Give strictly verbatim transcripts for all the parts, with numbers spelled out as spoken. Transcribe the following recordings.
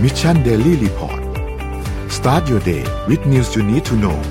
Mission Daily Report Start your day with news you need to know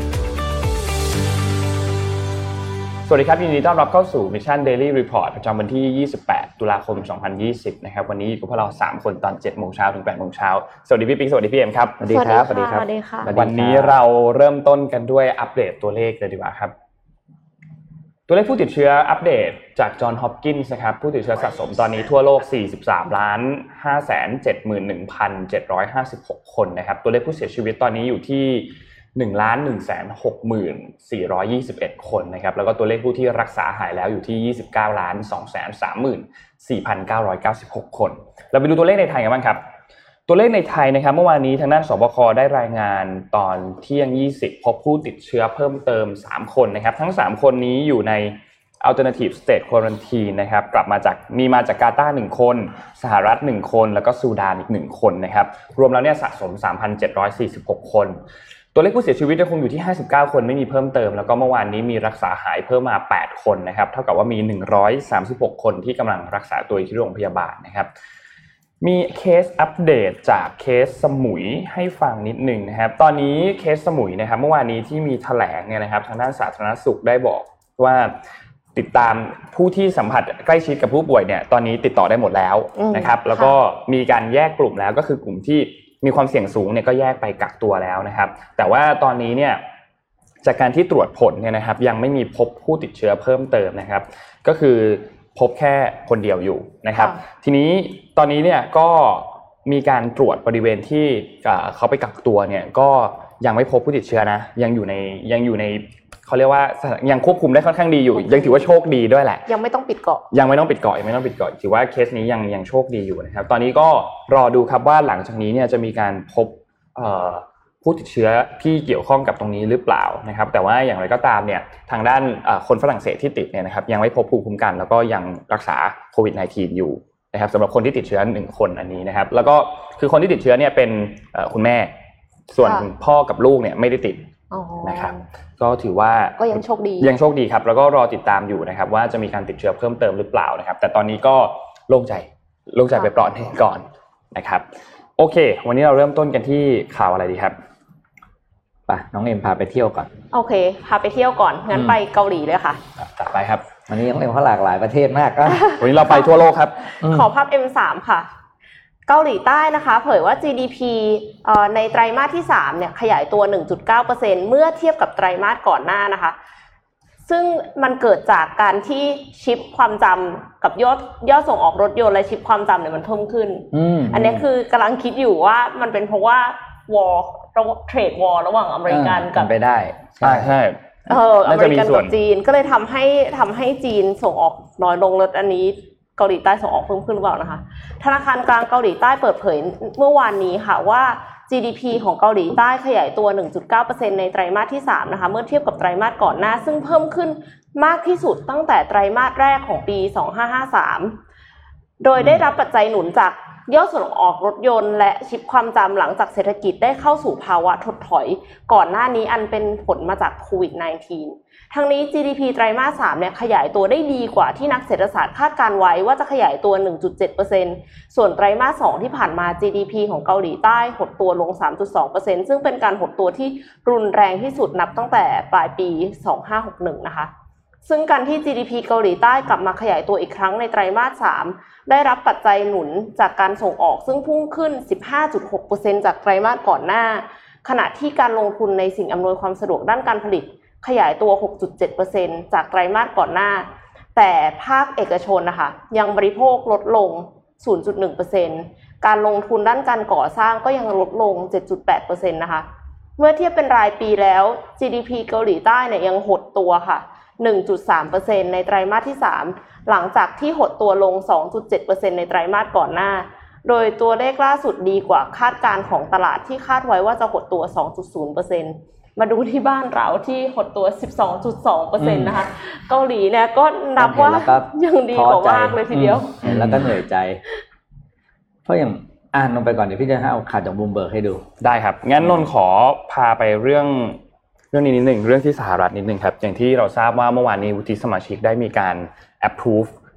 สวัสดีครับยินดีต้อนรับเข้าสู่ Mission Daily Report ประจำวันที่ยี่สิบแปดตุลาคมสองพันยี่สิบนะครับวันนี้อยู่กับพวกเราสามคนตอน เจ็ดโมง นถึง แปดโมง นสวัสดีพี่ปิ๊กสวัสดีพี่เอ็มครับสวัสดีครับสวัสดีครับวันนี้เราเริ่มต้นกันด้วยอัปเดตตัวเลขเลยดีกว่าครับตัวเลขผู้ติดเชื้ออัปเดตจากจอห์นฮอปกินส์นะครับผู้ติดเชื้อสะสมตอนนี้ทั่วโลกสี่สิบสามล้านห้าแสนเจ็ดหมื่นหนึ่งพันเจ็ดร้อยห้าสิบหกคนนะครับตัวเลขผู้เสียชีวิตตอนนี้อยู่ที่หนึ่งล้านหนึ่งแสนหกหมื่นสี่ร้อยยี่สิบเอ็ดคนนะครับแล้วก็ตัวเลขผู้ที่รักษาหายแล้วอยู่ที่ยี่สิบเก้าล้านสองแสนสามหมื่นสี่พันเก้าร้อยเก้าสิบหกคนเราไปดูตัวเลขในไทยกันบ้างครับตัวเลขในไทยนะครับเมื่อวานนี้ทางด้านสบคได้รายงานตอนเที่ยงยี่สิบพบผู้ติดเชื้อเพิ่มเติมสามคนนะครับทั้งสามคนนี้อยู่ในAlternative State Quarantine นะครับกลับมาจากมีมาจากกาตาร์หนึ่งคนสหรัฐหนึ่งคนแล้วก็ซูดานอีกหนึ่งคนนะครับรวมแล้วเนี่ยสะสม สามพันเจ็ดร้อยสี่สิบหกคนตัวเลขผู้เสียชีวิตยังคงอยู่ที่ห้าสิบเก้าคนไม่มีเพิ่มเติมแล้วก็เมื่อวานนี้มีรักษาหายเพิ่มมาแปดคนนะครับเท่ากับว่ามีหนึ่งร้อยสามสิบหกคนที่กำลังรักษาตัวอยู่ที่โรงพยาบาลนะครับมีเคสอัปเดตจากเคสสมุยให้ฟังนิดนึงนะครับตอนนี้เคสสมุยนะครับเมื่อวานนี้ที่มีแถลงเนี่ยนะครับทางด้านสาธารณสุขได้บอกว่าติดตามผู้ที่สัมผัสใกล้ชิดกับผู้ป่วยเนี่ยตอนนี้ติดต่อได้หมดแล้วนะครับแล้วก็มีการแยกกลุ่มแล้วก็คือกลุ่มที่มีความเสี่ยงสูงเนี่ยก็แยกไปกักตัวแล้วนะครับแต่ว่าตอนนี้เนี่ยจากการที่ตรวจผลเนี่ยนะครับยังไม่มีพบผู้ติดเชื้อเพิ่มเติมนะครับก็คือพบแค่คนเดียวอยู่นะครับทีนี้ตอนนี้เนี่ยก็มีการตรวจบริเวณที่เขาไปกักตัวเนี่ยก็ยังไม่พบผู้ติดเชื้อนะยังอยู่ในยังอยู่ในเขาเรียกว่ายังควบคุมได้ค่อนข้างดีอยู่ยังถือว่าโชคดีด้วยแหละยังไม่ต้องปิดเกาะยังไม่ต้องปิดเกาะยังไม่ต้องปิดเกาะถือว่าเคสนี้ยังยังโชคดีอยู่นะครับตอนนี้ก็รอดูครับว่าหลังจากนี้เนี่ยจะมีการพบผู้ติดเชื้อที่เกี่ยวข้องกับตรงนี้หรือเปล่านะครับแต่ว่าอย่างไรก็ตามเนี่ยทางด้านคนฝรั่งเศสที่ติดเนี่ยนะครับยังไม่พบภูมิคุ้มกันแล้วก็ยังรักษาโควิด สิบเก้า อยู่นะครับสำหรับคนที่ติดเชื้อหนึ่งคนอันนี้นะครับแล้วก็คือคนที่ติดเชื้อเนี่ยเป็นคุณแม่ส่วนพ่อกับลูกเนี่ยไม่ได้ติดนะครับก็ถือว่าก็ยังโชคดียังโชคดีครับแล้วก็รอติดตามอยู่นะครับว่าจะมีการติดเชื้อเพิ่มเติมหรือเปล่านะครับแต่ตอนนี้ก็โล่งใจโล่งใจไปเปราะหนึ่งก่อนนะครับโอเควันนี้เราเริ่มต้นกันที่ข่าวอะไรดีครับไปน้องเอ็มพาไปเที่ยวก่อนโอเคพาไปเที่ยวก่อนงั้นไปเกาหลีเลยค่ะจัดไปครับวันนี้น้องเอ็มเขาหลากหลายประเทศมากอ่ะวันนี้เราไปทั่วโลกครับขอภาพ เอ็ม สาม ค่ะเกาหลีใต้นะคะเผยว่า จี ดี พี เอ่อในไตรมาสที่สามเนี่ยขยายตัว หนึ่งจุดเก้าเปอร์เซ็นต์ เมื่อเทียบกับไตรมาสก่อนหน้านะคะซึ่งมันเกิดจากการที่ชิปความจำกับยอดยอดส่งออกรถยนต์และชิปความจำเนี่ยมันเพิ่มขึ้น อ, อันนี้คือกำลังคิดอยู่ว่ามันเป็นเพราะว่าวอร์เทรดวอร์ระหว่างอเมริกันกับไปได้ใช่ใช่เอออเมริกันกับจีนก็เลยทำให้ทำให้จีนส่งออกน้อยลงลดอันนี้เกาหลีใต้ส่งออกเพิ่มขึ้นหรือเปล่านะคะธนาคารกลางเกาหลีใต้เปิดเผยเมื่อวานนี้ค่ะว่า จี ดี พี ของเกาหลีใต้ขยายตัว หนึ่งจุดเก้าเปอร์เซ็นต์ ในไตรมาสที่สามนะคะเมื่อเทียบกับไตรมาสก่อนหน้าซึ่งเพิ่มขึ้นมากที่สุดตั้งแต่ไตรมาสแรกของปีสองพันห้าร้อยห้าสิบสามโดยได้รับปัจจัยหนุนจากยอดส่งออกรถยนต์และชิปความจำหลังจากเศรษฐกิจได้เข้าสู่ภาวะถดถอยก่อนหน้านี้อันเป็นผลมาจากโควิด สิบเก้า ทั้งนี้ จี ดี พี ไตรมาสสามเนี่ยขยายตัวได้ดีกว่าที่นักเศรษฐศาสตร์คาดการไว้ว่าจะขยายตัว หนึ่งจุดเจ็ดเปอร์เซ็นต์ ส่วนไตรมาสสองที่ผ่านมา จี ดี พี ของเกาหลีใต้หดตัวลง สามจุดสองเปอร์เซ็นต์ ซึ่งเป็นการหดตัวที่รุนแรงที่สุดนับตั้งแต่ปลายปีสองพันห้าร้อยหกสิบเอ็ดนะคะซึ่งการที่ จี ดี พี เกาหลีใต้กลับมาขยายตัวอีกครั้งในไตรมาสสามได้รับปัจจัยหนุนจากการส่งออกซึ่งพุ่งขึ้น สิบห้าจุดหกเปอร์เซ็นต์ จากไตรมาสก่อนหน้าขณะที่การลงทุนในสิ่งอำนวยความสะดวกด้านการผลิตขยายตัว หกจุดเจ็ดเปอร์เซ็นต์ จากไตรมาสก่อนหน้าแต่ภาคเอกชนนะคะยังบริโภคลดลง ศูนย์จุดหนึ่งเปอร์เซ็นต์ การลงทุนด้านการก่อสร้างก็ยังลดลง เจ็ดจุดแปดเปอร์เซ็นต์ นะคะเมื่อเทียบเป็นรายปีแล้ว จี ดี พี เกาหลีใต้เนี่ยยังหดตัวค่ะ หนึ่งจุดสามเปอร์เซ็นต์ ในไตรมาสที่สามหลังจากที่หดตัวลง สองจุดเจ็ดเปอร์เซ็นต์ ในไตรมาสก่อนหน้าโดยตัวเลขล่าสุดดีกว่าคาดการณ์ของตลาดที่คาดไว้ว่าจะหดตัว สองจุดศูนย์เปอร์เซ็นต์มาดูที่บ้านเราที่หดตัว สิบสองจุดสองเปอร์เซ็นต์ นะคะเกาหลีเนี่ยก็นับว่ายังดีกว่ามากเลยทีเดียวเห็นแล้วก็เหนื่อยใจเพราะอย่างอ่านลงไปก่อนเดี๋ยวพี่จะให้เอาข่าวจากบูมเบิร์กให้ดูได้ครับงั้นนนท์ขอพาไปเรื่องเรื่องนี้นิดนึงเรื่องที่สหรัฐนิดนึงครับอย่างที่เราทราบว่าเมื่อวานนี้วุฒิสมาชิกได้มีการ approve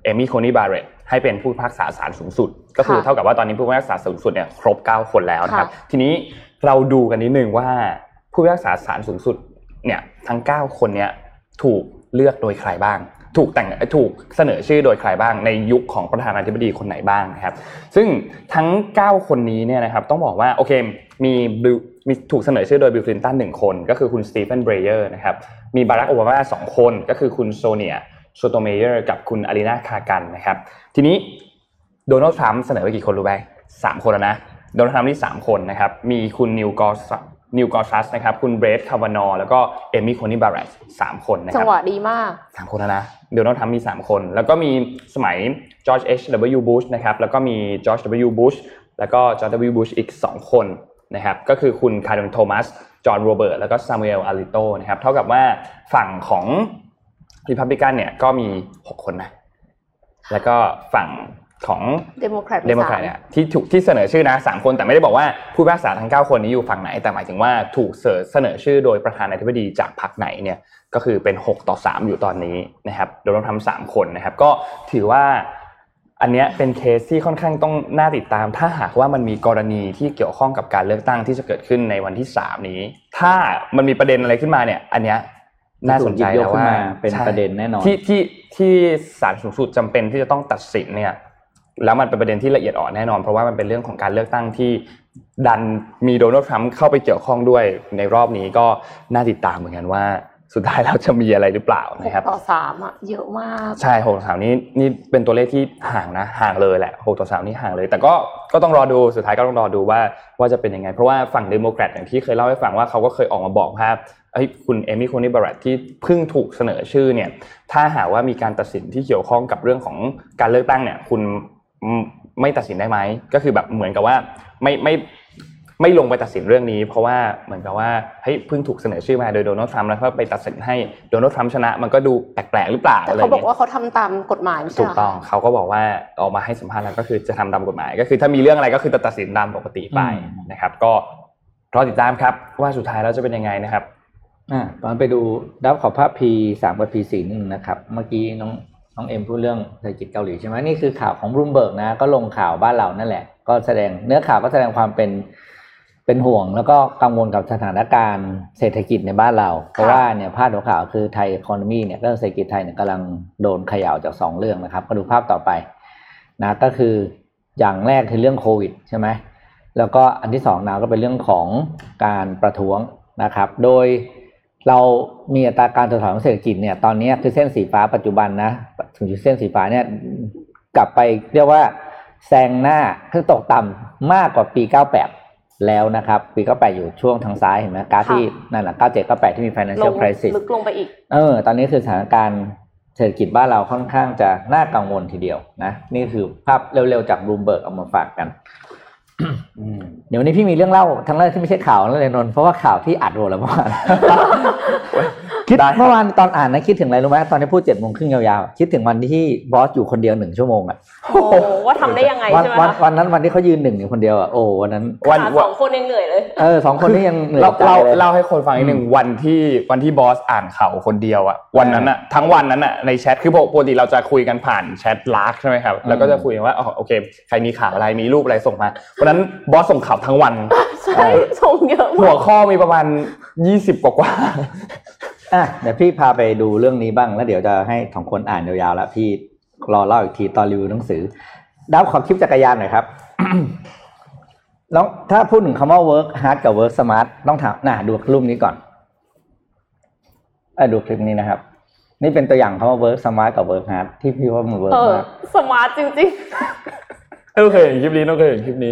เอมี่โคนี่บาร์เรตให้เป็นผู้พิพากษาศาลสูงสุดก็คือเท่ากับว่าตอนนี้ผู้พิพากษาสูงสุดเนี่ยครบเก้าคนแล้วนะครับทีนี้เราดูกันนิดนึงว่าผู้พิพากษาศาลสูงสุดเนี่ยทั้งเก้าคนเนี้ยถูกเลือกโดยใครบ้างถูกแต่งถูกเสนอชื่อโดยใครบ้างในยุคของประธานาธิบดีคนไหนบ้างนะครับซึ่งทั้งเก้าคนนี้เนี่ยนะครับต้องบอกว่าโอเคมีมีถูกเสนอชื่อโดยบิลคลินตันหนึ่งคนก็คือคุณสตีเฟนเบรเยอร์นะครับมีบารักโอบามาสองคนก็คือคุณโซเนียโซโตเมเยอร์กับคุณอารีนาคากันนะครับทีนี้โดนัลด์ทรัมป์เสนอไปกี่คนรู้ไหมสามคนแล้วนะโดนัลด์ทรัมป์นี่สามคนนะครับมีคุณนิวกอร์นิวกอร์ซัสนะครับคุณเบรดคาวานอแล้วก็เอมี่โคนี่บาร์เรตสามคนนะครับจังหวะดีมากสามคนแล้วนะโดนัลด์ทรัมป์มีสามคนแล้วก็มีสมัยจอร์จ เอช ดับเบิลยู บุชนะครับแล้วก็มีจอร์จ ดับเบิลยู บุชแล้วก็จอร์จ ดับเบิลยู บุชอีกสองคนนะครับก็คือคุณคาร์ดอนโทมัสจอห์นโรเบิร์ตแล้วก็ซามูเอลอาริโตนะครับเท่ากับว่าฝั่งของรีพับลิกันเนี่ยก็มีหกคนนะแล้วก็ฝั่งของเดโมแครตเดโมแครตเนี่ยที่ถูกที่เสนอชื่อนะสามคนแต่ไม่ได้บอกว่าผู้พิพากษาทั้งเก้าคนนี้อยู่ฝั่งไหนแต่หมายถึงว่าถูกเสนอชื่อโดยประธานาธิบดีจากพรรคไหนเนี่ยก็คือเป็นหกต่อสามอยู่ตอนนี้นะครับโดนทำสามคนนะครับก็ถือว่าอันเนี้ยเป็นเคสที่ค่อนข้างต้องน่าติดตามถ้าหากว่ามันมีกรณีที่เกี่ยวข้องกับการเลือกตั้งที่จะเกิดขึ้นในวันที่สามนี้ถ้ามันมีประเด็นอะไรขึ้นมาเนี่ยอันเนี้ยน่าสนใจแล้วว่าเป็นประเด็นแน่นอนที่ที่ที่ศาลสูงสุดจำเป็นที่จะต้องตัดสินเนี่ยแล้วมันเป็นประเด็นที่ละเอียดอ่อนแน่นอนเพราะว่ามันเป็นเรื่องของการเลือกตั้งที่ดันมีโดนัลด์ทรัมป์เข้าไปเกี่ยวข้องด้วยในรอบนี้ก็น่าติดตามเหมือนกันว่าสุดท้ายแล้วจะมีอะไรหรือเปล่านะครับหกต่อสามอ่ะเยอะมากใช่หกต่อสามนี่นี่เป็นตัวเลขที่ห่างนะห่างเลยแหละหกต่อสามนี่ห่างเลยแต่ก็ก็ต้องรอดูสุดท้ายก็ต้องรอดูว่าว่าจะเป็นยังไงเพราะว่าฝั่งเดโมแครตอย่างที่เคยเล่าให้ฟังว่าเขาก็เคยออกมาบอกว่าไอ้คุณเอมี่โคนี่บาร์เรตที่เพิ่งถูกเสนอชื่อเนี่ยถ้าหากว่ามีการตัดสินที่เกี่ยวข้องกับเรื่องของการเลือกตั้งเนี่ยคุณไม่ตัดสินได้ไหมก็คือแบบเหมือนกับว่าไม่ไม่ไม่ลงไปตัดสินเรื่องนี้เพราะว่าเหมือนกับว่าเฮ้ยเพิ่งถูกเสนอชื่อมาโดยโดนัลด์ทรัมป์แล้วก็ไปตัดสินให้โดนัลด์ทรัมป์ชนะมันก็ดูแปลกๆหรือเปล่าแต่เขาบอกว่าเขาทำตามกฎหมายไม่ใช่ถูกต้องเขาก็บอกว่าออกมาให้สัมภาษณ์แล้วก็คือจะทำตามกฎหมายก็คือถ้ามีเรื่องอะไรก็คือจะตัดสินตามปกติไปนะครับก็รอติดตามครับว่าสุดท้ายแล้วจะเป็นยังไงนะครับอ่าตอนไปดูดับขอภาพ พี สาม กับ พี สี่ นึงนะครับเมื่อกี้น้องน้องเอ็มพูดเรื่องเศรษฐกิจเกาหลีใช่ไหมนี่คือข่าวของบลูมเบิร์กนะก็ลงข่าวบ้านเรานั่นแหละก็แสดงเนื้อข่าวก็แสดงความเป็นเป็นห่วงแล้วก็กังวลกับสถานการณ์เศรษฐกิจในบ้านเราเพราะว่าเนี่ยพาดหัวข่าวคือไทยอีโคโนมีเนี่ยก็เศรษฐกิจไทยเนี่ยกำลังโดนเขย่าจากสองเรื่องนะครับก็ดูภาพต่อไปนะก็คืออย่างแรกคือเรื่องโควิดใช่ไหมแล้วก็อันที่สองนะก็เป็นเรื่องของการประท้วงนะครับโดยเรามีอัตราการถดถอยของเศรษฐกิจเนี่ยตอนนี้คือเส้นสีฟ้าปัจจุบันนะถึงจุดเส้นสีฟ้าเนี่ยกลับไปเรียกว่าแซงหน้าคือตกต่ำมากกว่าปีเก้าสิบแปดแล้วนะครับปีเก้าสิบแปดอยู่ช่วงทางซ้ายเห็นไหมกราฟที่นั่นแหละเก้าสิบเจ็ด เก้าสิบแปดที่มี financial crisis ลึกลงไปอีกเออตอนนี้คือสถานการณ์เศรษฐกิจบ้านเราค่อนข้างจะน่ากังวลทีเดียวนะนี่คือภาพเร็วๆจาก Bloomberg เอามาฝากกันเดี๋ยววันนี้พี่มีเรื่องเล่าทั้งเรื่องที่ไม่ใช่ข่าวนั่นเลยนนท์เพราะว่าข่าวที่อัดโหดแล้วเมื่อวานคิดเมื่อวานตอนอ่านนะคิดถึงอะไรรู้ไหมตอนที่พูดเจ็ดโมงครึ่งยาวๆคิดถึงวันที่บอสอยู่คนเดียวหนึ่งชั่วโมงอ่ะโอ้ว่าทำได้ยังไงใช่ไหมวันวันนั้นวันที่เขายืนหนึ่งอยู่คนเดียวอ่ะโอ้วันนั้นวันสองคนยังเหนื่อยเลยเออสองคนนี่ยังเหนื่อยเราเราเล่าให้คนฟังนิดนึงวันที่วันที่บอสอ่านข่าวคนเดียวอ่ะวันนั้นอ่ะทั้งวันนั้นอ่ะในแชทคือปกติเราจะคุยกันผ่านแชทไลน์ใช่ไหมครับแล้วก็จะคุยกันว่าอ๋อโอเคใครมีข่าวอะไรมีรูปอะไรส่งมาวันนั้นบอสส่งข่าวทั้งวันใช่ส่งเยอะหัวข้อมีประมาณยี่สิบกว่าๆอ่ะเดี๋ยวพี่พาไปดูเรื่องนี้บ้างแล้วเดี๋ยวจะให้สองคนอ่านยาวๆแล้วพี่รอเล่าอีกทีตอนรีวิวหนังสือดับขอคลิปจักรยานหน่อยครับ แล้วถ้าพูดถึงคำว่า work hard กับ work smart ต้องถามน่ะดูรูปนี้ก่อนเออดูคลิปนี้นะครับนี่เป็นตัวอย่างคำว่า work smart กับ work hard ที่พี่ว่ามัน work มาก smart จริงๆเออเคยเห็นคลิปนี้ต้องเคยเห็นคลิปนี้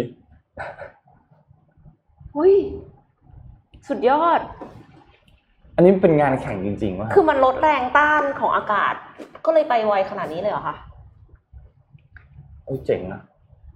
อุ้ยสุดยอดอันนี้เป็นงานแข่งจริงๆว่ะคือมันลดแรงต้านของอากาศก็เลยไปไวขนาดนี้เลยเหรอคะโอ้เจ๋งนะ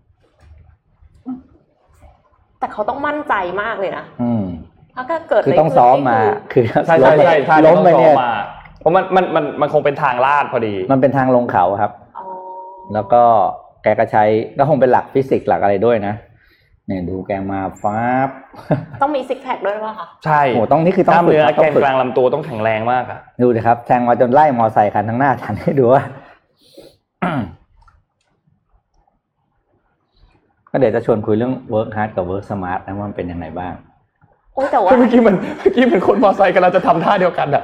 แต่เขาต้องมั่นใจมากเลยนะอืมถ้าเกิดคือต้องซ้อมมาคือใช่ใช่ใช่ใช่ล้มไปเนี่ยเพราะมันมันมันมันคงเป็นทางลาดพอดีมันเป็นทางลงเขาครับอ๋อแล้วก็แกก็ใช้ก็คงเป็นหลักฟิสิกส์หลักอะไรด้วยนะเนี่ยดูแกมาฟ้าบต้องมีซิกแพคด้วยป่ะคะใช่โหต้องนี่คือต้องฝึกแกนกลางลำตัวต้องแข็งแรงมากอ่ะดูดิครับแทงมาจนไล่มอไซค์คันข้างหน้าทันให้ดูว่าก็เดี๋ยวจะชวนคุยเรื่อง work hard กับ work smart นะว่ามันเป็นยังไงบ้างโอ้แต่ว่าเมื่อกี้มันเมื่อกี้เป็นคนมอไซค์กำลังจะทำท่าเดียวกันอ่ะ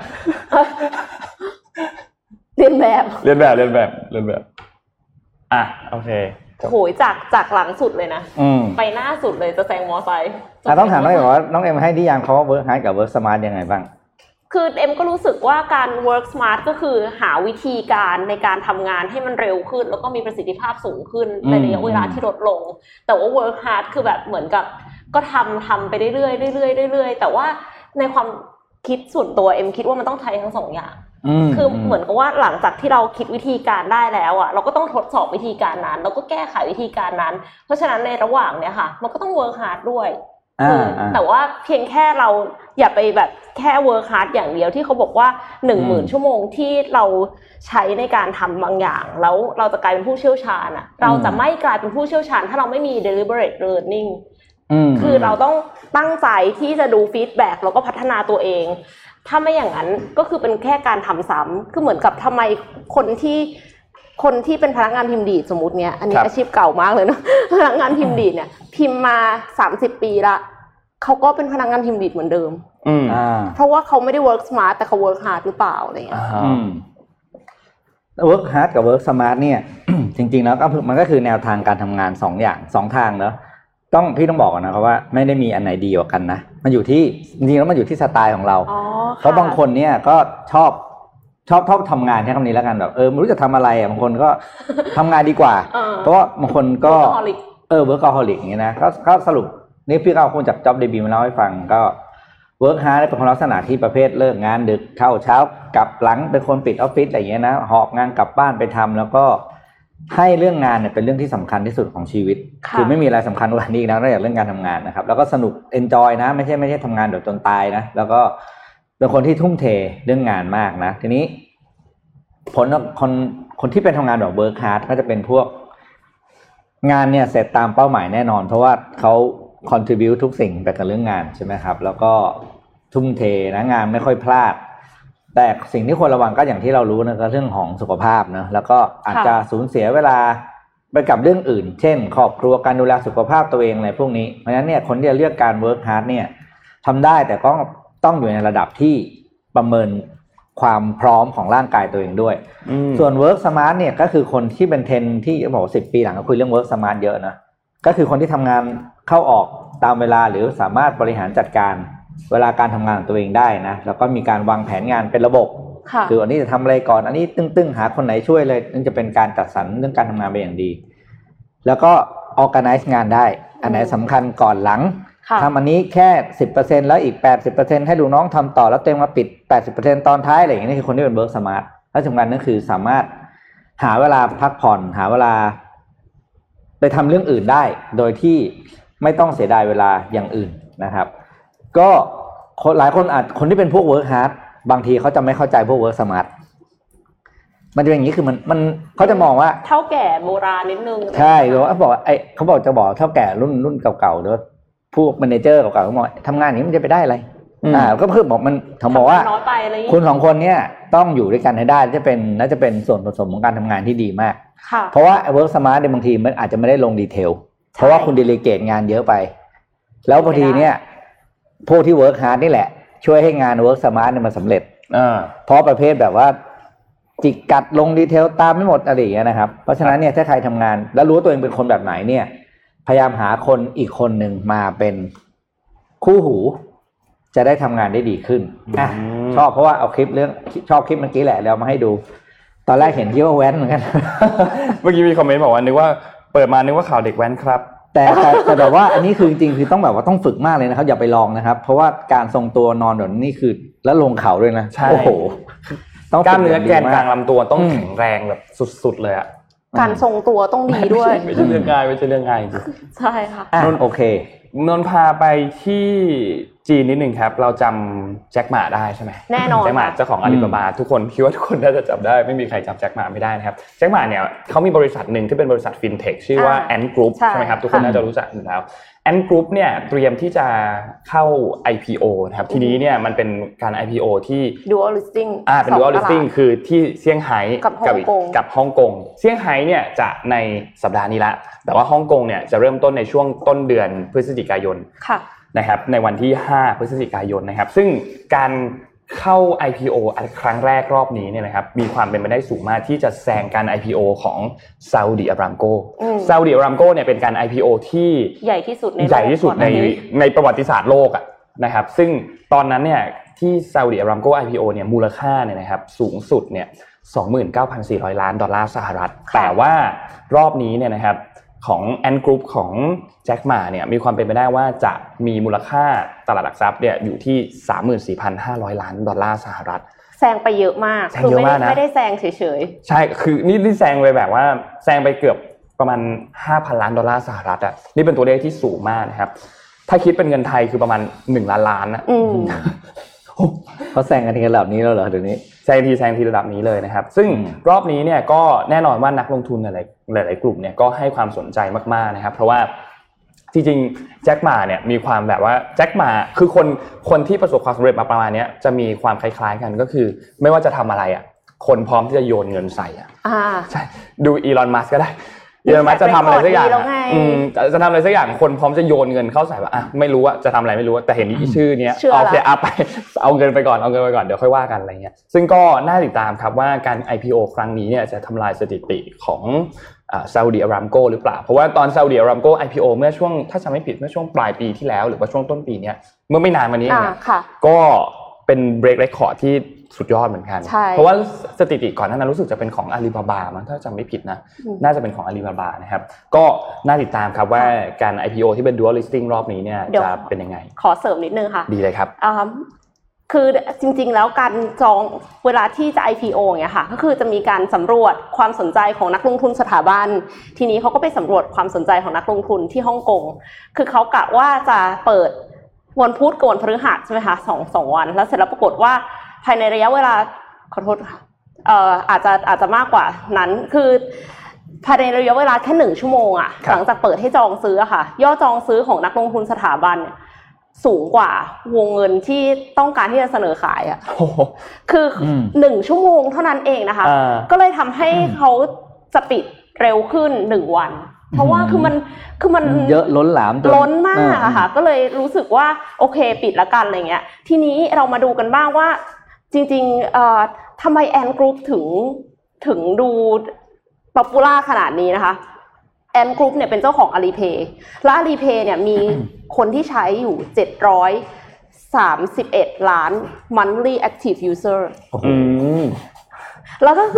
เรียนแบบเรียนแบบเรียนแบบเรียนแบบอ่ะโอเคโหยจากจากหลังสุดเลยนะไปหน้าสุดเลยจะแซงมอไซค์ต้องถามน้องเอ็มว่าน้องเอ็มให้นิยามคำว่า work hard กับ work smart ยังไงบ้างคือเอ็มก็รู้สึกว่าการ work smart ก็คือหาวิธีการในการทำงานให้มันเร็วขึ้นแล้วก็มีประสิทธิภาพสูงขึ้นในระยะเวลาที่ลดลงแต่ว่า work hard คือแบบเหมือนกับก็ทำทำไปเรื่อยๆเรื่อยๆเรื่อยๆแต่ว่าในความคิดส่วนตัวเอ็มคิดว่ามันต้องใช้ทั้งสองอย่างคือเหมือนกับว่าหลังจากที่เราคิดวิธีการได้แล้วอ่ะเราก็ต้องทดสอบวิธีการนั้นแล้วก็แก้ไขวิธีการนั้นเพราะฉะนั้นในระหว่างเนี้ยค่ะมันก็ต้อง work hard ด้วยแต่ว่าเพียงแค่เราอย่าไปแบบแค่ work hard อย่างเดียวที่เขาบอกว่า หนึ่งหมื่น ชั่วโมงที่เราใช้ในการทำบางอย่างแล้วเราจะกลายเป็นผู้เชี่ยวชาญอ่ะเราจะไม่กลายเป็นผู้เชี่ยวชาญถ้าเราไม่มี deliberate learning คือเราต้องตั้งใจที่จะดูฟีดแบ็กแล้วก็พัฒนาตัวเองถ้าไม่อย่างนั้นก็คือเป็นแค่การทำซ้ำคือเหมือนกับทำไมคนที่คนที่เป็นพนักงานพิมพ์ดีดสมมุติเนี้ยอันนี้อาชีพเก่ามากเลยเนาะพนักงานพิมพ์ดีดเนี่ยพิมพ์มาสามสิบปีละเขาก็เป็นพนักงานพิมพ์ดีดเหมือนเดิมเพราะว่าเขาไม่ได้ work smart แต่เขา work hard หรือเปล่าอะไรเงี้ย work hard กับ work smart เนี่ย จริงๆแล้วก็มันก็คือแนวทางการทำงานสองอย่างสองทางเนาะต้องพี่ต้องบอกก่อนนะครับว่าไม่ได้มีอันไหนดีกว่ากันนะมันอยู่ที่จริงๆแล้วมันอยู่ที่สไตล์ของเราเพราะบางคนเนี่ยก็ชอบชอบชอบทำงานแค่คำนี้แล้วกันแบบเออไม่รู้จะทำอะไรอ่ะบางคนก็ทำงานดีกว่าเพราะว่าบางคนก็เออ workaholic อย่างเงี้ยนะก็ก็สรุปนี่พี่ก็เอาคนจาก job debut มาเล่าให้ฟังก็ work hard เป็นคนลักษณะที่ประเภทเลิกงานดึกเข้าเช้ากลับหลังเป็นคนปิดออฟฟิศอะไรอย่างเงี้ยนะหอบงานกลับบ้านไปทำแล้วก็ให้เรื่องงานเนี่ยเป็นเรื่องที่สำคัญที่สุดของชีวิตคือไม่มีอะไรสำคัญกว่านี้นะนอกจากเรื่องการทำงานนะครับแล้วก็สนุก enjoy นะไม่ใช่ไม่ใช่ทำงานแบบจนตายนะแล้วก็เป็นคนที่ทุ่มเทเรื่องงานมากนะทีนี้ผลคนคนที่เป็นทำงานแบบ work hard ก็จะเป็นพวกงานเนี่ยเสร็จตามเป้าหมายแน่นอนเพราะว่าเขา contribute ทุกสิ่งไปกับเรื่องงานใช่ไหมครับแล้วก็ทุ่มเทนะงานไม่ค่อยพลาดแต่สิ่งที่ควรระวังก็อย่างที่เรารู้นะก็เรื่องของสุขภาพนะแล้วก็อาจจะสูญเสียเวลาไปกับเรื่องอื่นเช่นครอบครัวการดูแลสุขภาพตัวเองอะไรพวกนี้เพราะฉะนั้นเนี่ยคนที่จะเลือกการ work hard เนี่ยทำได้แต่ก็ต้องอยู่ในระดับที่ประเมินความพร้อมของร่างกายตัวเองด้วยส่วน work smart เนี่ยก็คือคนที่เป็นเทรนด์ที่บอกสิบปีหลังก็คุยเรื่อง work smart เยอะนะก็คือคนที่ทำงานเข้าออกตามเวลาหรือสามารถบริหารจัดการเวลาการทำงานของตัวเองได้นะแล้วก็มีการวางแผนงานเป็นระบบคืออันนี้จะทำอะไรก่อนอันนี้ตึ้งๆหาคนไหนช่วยเลยนั่นจะเป็นการจัดสรรเรื่องการทำงานไปอย่างดีแล้วก็ organize งานได้อันไหนสำคัญก่อนหลังทำอันนี้แค่ สิบเปอร์เซ็นต์ แล้วอีก แปดสิบเปอร์เซ็นต์ ให้ลูกน้องทำต่อแล้วเต็มมาปิด แปดสิบเปอร์เซ็นต์ ตอนท้ายอะไรอย่างนี้นี่คือคนที่เป็น work smart และสำคัญนั่นคือสามารถหาเวลาพักผ่อนหาเวลาไปทำเรื่องอื่นได้โดยที่ไม่ต้องเสียดายเวลาอย่างอื่นนะครับก็หลายคนอาจคนที่เป็นพวก work hard บางทีเขาจะไม่เข้าใจพวก work smart มันจะเป็นอย่างนี้คือมันมันเขาจะมองว่าเท่าแก่โบราณนิดนึงใช่หรือว่าบอกไอ้เขาบอกจะบอกเท่าแก่รุ่นรุ่นเก่าๆหรือพวกแมเนเจอร์เก่าๆเขาบอกทำงานอย่างนี้มันจะไปได้อะไรอ่าก็เพิ่มบอกมันเขาบอกว่าคุณสองคนเนี่ยต้องอยู่ด้วยกันให้ได้จะเป็นน่าจะเป็นส่วนผสมของการทำงานที่ดีมากเพราะว่า work smart ในบางทีมันอาจจะไม่ได้ลงดีเทลเพราะว่าคุณดีเลเกตงานเยอะไปแล้วบางทีเนี่ยพวกที่ work hard นี่แหละช่วยให้งาน work smart เนี่ยมันสำเร็จเพราะประเภทแบบว่าจิกกัดลงดีเทลตามไม่หมดอะไรอย่างเงี้ยนะครับเพราะฉะนั้นเนี่ยถ้าใครทำงานแล้วรู้ว่าตัวเองเป็นคนแบบไหนเนี่ยพยายามหาคนอีกคนหนึ่งมาเป็นคู่หูจะได้ทำงานได้ดีขึ้นอ่ะชอบเพราะว่าเอาคลิปเรื่องชอบคลิปเมื่อกี้แหละแล้วมาให้ดูตอนแรกเห็นที่ว่าแว้นเหมือนกันเมื่อกี้มีคอมเมนต์บอกว่านึกว่าเปิดมานึกว่าข่าวเด็กแว้นครับแต่แต่แต่แบบว่าอันนี้คือจริงๆคือต้องแบบว่าต้องฝึกมากเลยนะครับอย่าไปลองนะครับเพราะว่าการทรงตัวนอนแบบนี้คือแล้วลงเขาด้วยนะโอ้โหต้องกล้ามเนื้อแกนกลางลำตัวต้องแข็งแรงแบบสุดๆเลยอ่ะการทรงตัวต้องดีด้วยไม่ใช่เรื่องง่ายไม่ใช่เรื่องง่ายจริงใช่ค่ะนนโอเคนนพาไปที่จีนนิดนึงครับเราจำแจ็คหม่าได้ใช่ไหมแน่นอนแจ็คหม่าเจ้าของอาลีบาบาทุกคนคิดว่าทุกคนน่าจะจำได้ไม่มีใครจำแจ็คหม่าไม่ได้นะครับแจ็คหม่าเนี่ยเขามีบริษัทหนึ่งที่เป็นบริษัทฟินเทคชื่อว่า Ant Group ใช่ไหมครับทุกคนน่าจะรู้จักอยู่แล้ว Ant Group เนี่ยเตรียมที่จะเข้า ไอ พี โอ นะครับทีนี้เนี่ยมันเป็นการ ไอ พี โอ ที่ Dual Listing อ่าเป็น Dual Listing คือที่เซี่ยงไฮ้กับกับฮ่องกงเซี่ยงไฮ้เนี่ยจะในสัปดาห์นี้ละแต่ว่าฮ่องกงเนี่ยจะเริ่มต้นในช่วงต้นเดือนพฤศจิกายนค่ะนะครับในวันที่ห้าพฤศจิกายนนะครับซึ่งการเข้า ไอ พี โอ ครั้งแรกรอบนี้เนี่ยนะครับมีความเป็นไปได้สูงมากที่จะแซงการ ไอ พี โอ ของ Saudi Aramco Saudi Aramco เนี่ยเป็นการ ไอ พี โอ ที่ใหญ่ที่สุดในใหญ่ที่สุดในในประวัติศาสตร์โลกอ่ะนะครับซึ่งตอนนั้นเนี่ยที่ Saudi Aramco ไอ พี โอ เนี่ยมูลค่าเนี่ยนะครับสูงสุดเนี่ย สองหมื่นเก้าพันสี่ร้อย ล้านดอลลาร์สหรัฐแต่ว่ารอบนี้เนี่ยนะครับของ Ant Group ของแจ็คหม่าเนี่ยมีความเป็นไปได้ว่าจะมีมูลค่าตลาดหลักทรัพย์เนี่ยอยู่ที่ สามหมื่นสี่พันห้าร้อย ล้านดอลลาร์สหรัฐแซงไปเยอะมากคือไม่ได้ไม่ได้แซงเฉยๆใช่คือนี่นี่แซงไปแบบว่าแซงไปเกือบประมาณ ห้าพัน ล้านดอลลาร์สหรัฐอ่ะนี่เป็นตัวเลขที่สูงมากนะครับถ้าคิดเป็นเงินไทยคือประมาณหนึ่งล้านล้านนะเขาแซงกันทีระดับนี้แล้วเหรอเดี๋ยวนี้แซงทีแซงทีระดับนี้เลยนะครับซึ่งรอบนี้เนี่ยก็แน่นอนว่านักลงทุนหลายหลายกลุ่มเนี่ยก็ให้ความสนใจมากๆนะครับเพราะว่าจริงๆแจ็คหม่าเนี่ยมีความแบบว่าแจ็คหม่าคือคนคนที่ประสบความสำเร็จมาประมาณนี้จะมีความคล้ายๆกันก็คือไม่ว่าจะทำอะไรอ่ะคนพร้อมที่จะโยนเงินใส่อ่ะใช่ดูอีลอนมัสก์ก็ได้อีลอนมัสก์จะทำอะไรสักอย่างอืมจะทำอะไรสักอย่างคนพร้อมจะโยนเงินเข้าใส่ว่าอ่ะไม่รู้ว่าจะทำอะไรไม่รู้แต่เห็นชื่อเนี้ยโอเคเอาไปเอาเงินไปก่อนเอาเงินไปก่อนเดี๋ยวค่อยว่ากันอะไรเงี้ยซึ่งก็น่าติดตามครับว่าการ ไอ พี โอ ครั้งนี้เนี่ยจะทำลายสถิติของอ่า Saudi Aramco หรือเปล่าเพราะว่าตอน Saudi Aramco ไอ พี โอ เมื่อช่วงถ้าจำไม่ผิดเมื่อช่วงปลายปีที่แล้วหรือว่าช่วงต้นปีเนี้ยเมื่อไม่นานมานี้เนี่ยก็เป็น break record ที่สุดยอดเหมือนกันเพราะว่าสถิติก่อนหน้านั้นรู้สึกจะเป็นของ Alibaba มั้งถ้าจำไม่ผิดนะน่าจะเป็นของ Alibaba นะครับก็น่าติดตามครับว่าการ ไอ พี โอ ที่เป็น dual listing รอบนี้เนี่ยจะเป็นยังไงขอเสริมนิดนึงค่ะดีเลยครับคือจริงๆแล้วการจองเวลาที่จะ ไอ พี โอ อย่างเงี้ยค่ะก็คือจะมีการสำรวจความสนใจของนักลงทุนสถาบันทีนี้เขาก็ไปสำรวจความสนใจของนักลงทุนที่ฮ่องกงคือเขากะว่าจะเปิดวันพุธกับวันพฤหัสใช่ไหมคะสองสองวันแล้วเสร็จแล้วปรากฏว่าภายในระยะเวลาขอโทษค่ะเอ่ออาจจะอาจจะมากกว่านั้นคือภายในระยะเวลาแค่หนึ่งชั่วโมงอ่ะหลังจากเปิดให้จองซื้อค่ะยอดจองซื้อของนักลงทุนสถาบันเนี่ยสูงกว่าวงเงินที่ต้องการที่จะเสนอขายอ่ะคือหนึ่งชั่วโมงเท่านั้นเองนะคะก็เลยทำให้เขาจะปิดเร็วขึ้นหนึ่งวันเพราะว่าคือมันคือมันเยอะล้นหลามล้นมากอะค่ะก็เลยรู้สึกว่าโอเคปิดละกันอะไรเงี้ยทีนี้เรามาดูกันบ้างว่าจริงๆเอ่อทำไม Ant Group ถึงถึงดูป๊อปปูล่าขนาดนี้นะคะ Ant Group เนี่ยเป็นเจ้าของ Alipay และ Alipay เนี่ยมีคนที่ใช้อยู่เจ็ดร้อยสามสิบเอ็ดล้าน monthly active user อืมแล้วก็คือ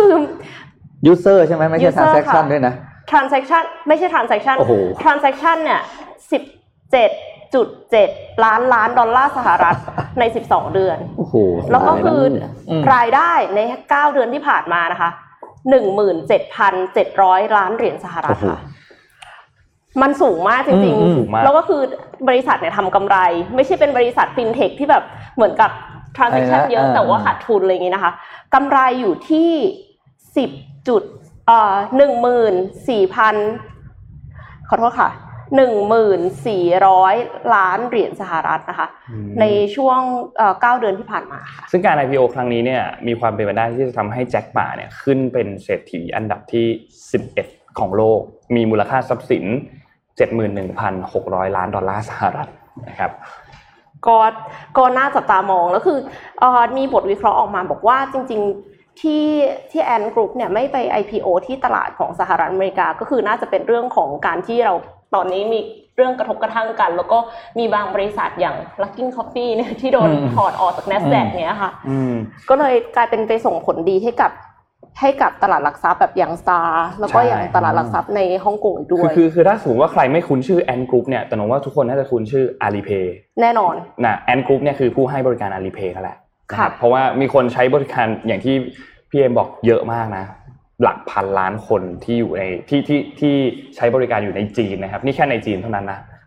user ใช่ไหมไม่ใช่ transaction ด้วยนะ transaction ไม่ใช่ transaction transaction เนี่ย สิบเจ็ดจุดเจ็ด ล้านล้านดอลลาร์สหรัฐในสิบสองเดือนโอ้โหแล้วก็คือรายได้ในเก้าเดือนที่ผ่านมานะคะ หนึ่งหมื่นเจ็ดพันเจ็ดร้อย ล้านเหรียญสหรัฐค่ะมันสูงมากจริงๆแล้วก็คือบริษัทเนี่ยทำกำไรไม่ใช่เป็นบริษัทฟินเทคที่แบบเหมือนกับ transaction เยอะแต่ว่าขาดทุนอะไรอย่างงี้นะคะกำไรอยู่ที่สิบจุดเอ่อ หนึ่งหมื่นสี่พัน ขอโทษค่ะ หนึ่งหมื่นสี่ร้อย ล้านเหรียญสหรัฐนะคะในช่วงเอ่อเก้าเดือนที่ผ่านมาค่ะซึ่งการ ไอ พี โอ ครั้งนี้เนี่ยมีความเป็นไปได้ที่จะทำให้แจ็คหม่าเนี่ยขึ้นเป็นเศรษฐีอันดับที่สิบเอ็ดของโลกมีมูลค่าทรัพย์สิน เจ็ดหมื่นหนึ่งพันหกร้อย ล้านดอลลาร์สหรัฐนะครับก็ก็น่าจับตามองแล้วคือเอ่อมีบทวิเคราะห์ออกมาบอกว่าจริงๆที่ที่ Ant Group เนี่ยไม่ไป ไอ พี โอ ที่ตลาดของสหรัฐอเมริกาก็คือน่าจะเป็นเรื่องของการที่เราตอนนี้มีเรื่องกระทบกระทั่งกันแล้วก็มีบางบริษัทอย่าง Luckin Coffee เนี่ยที่โดนถอดออกจาก Nasdaq เนี้ยค่ะก็เลยกลายเป็นไปส่งผลดีให้กับให้กับตลาดหลักทรัพย์แบบอย่าง Star แล้วก็อย่างตลาดหลักทรัพย์ในฮ่องกงอีกด้วยคือคือถ้าสมมติว่าใครไม่คุ้นชื่อ Ant Group เนี่ยแต่น้องว่าทุกคนน่าจะคุ้นชื่อ Alipay แน่นอนนะ Ant Group เนี่ยคือผู้ให้บริการ Alipay นั่นแหละครับเพราะว่ามีคนใช้บริการอย่างที่พี่เอ็มบอกเยอะมากนะหลักพันล้านคนที่อยู่ในที่ที่ที่ใช้บริการอยู่ในจีนนะครับนี่แค่ในจีนเท่านั้นนะ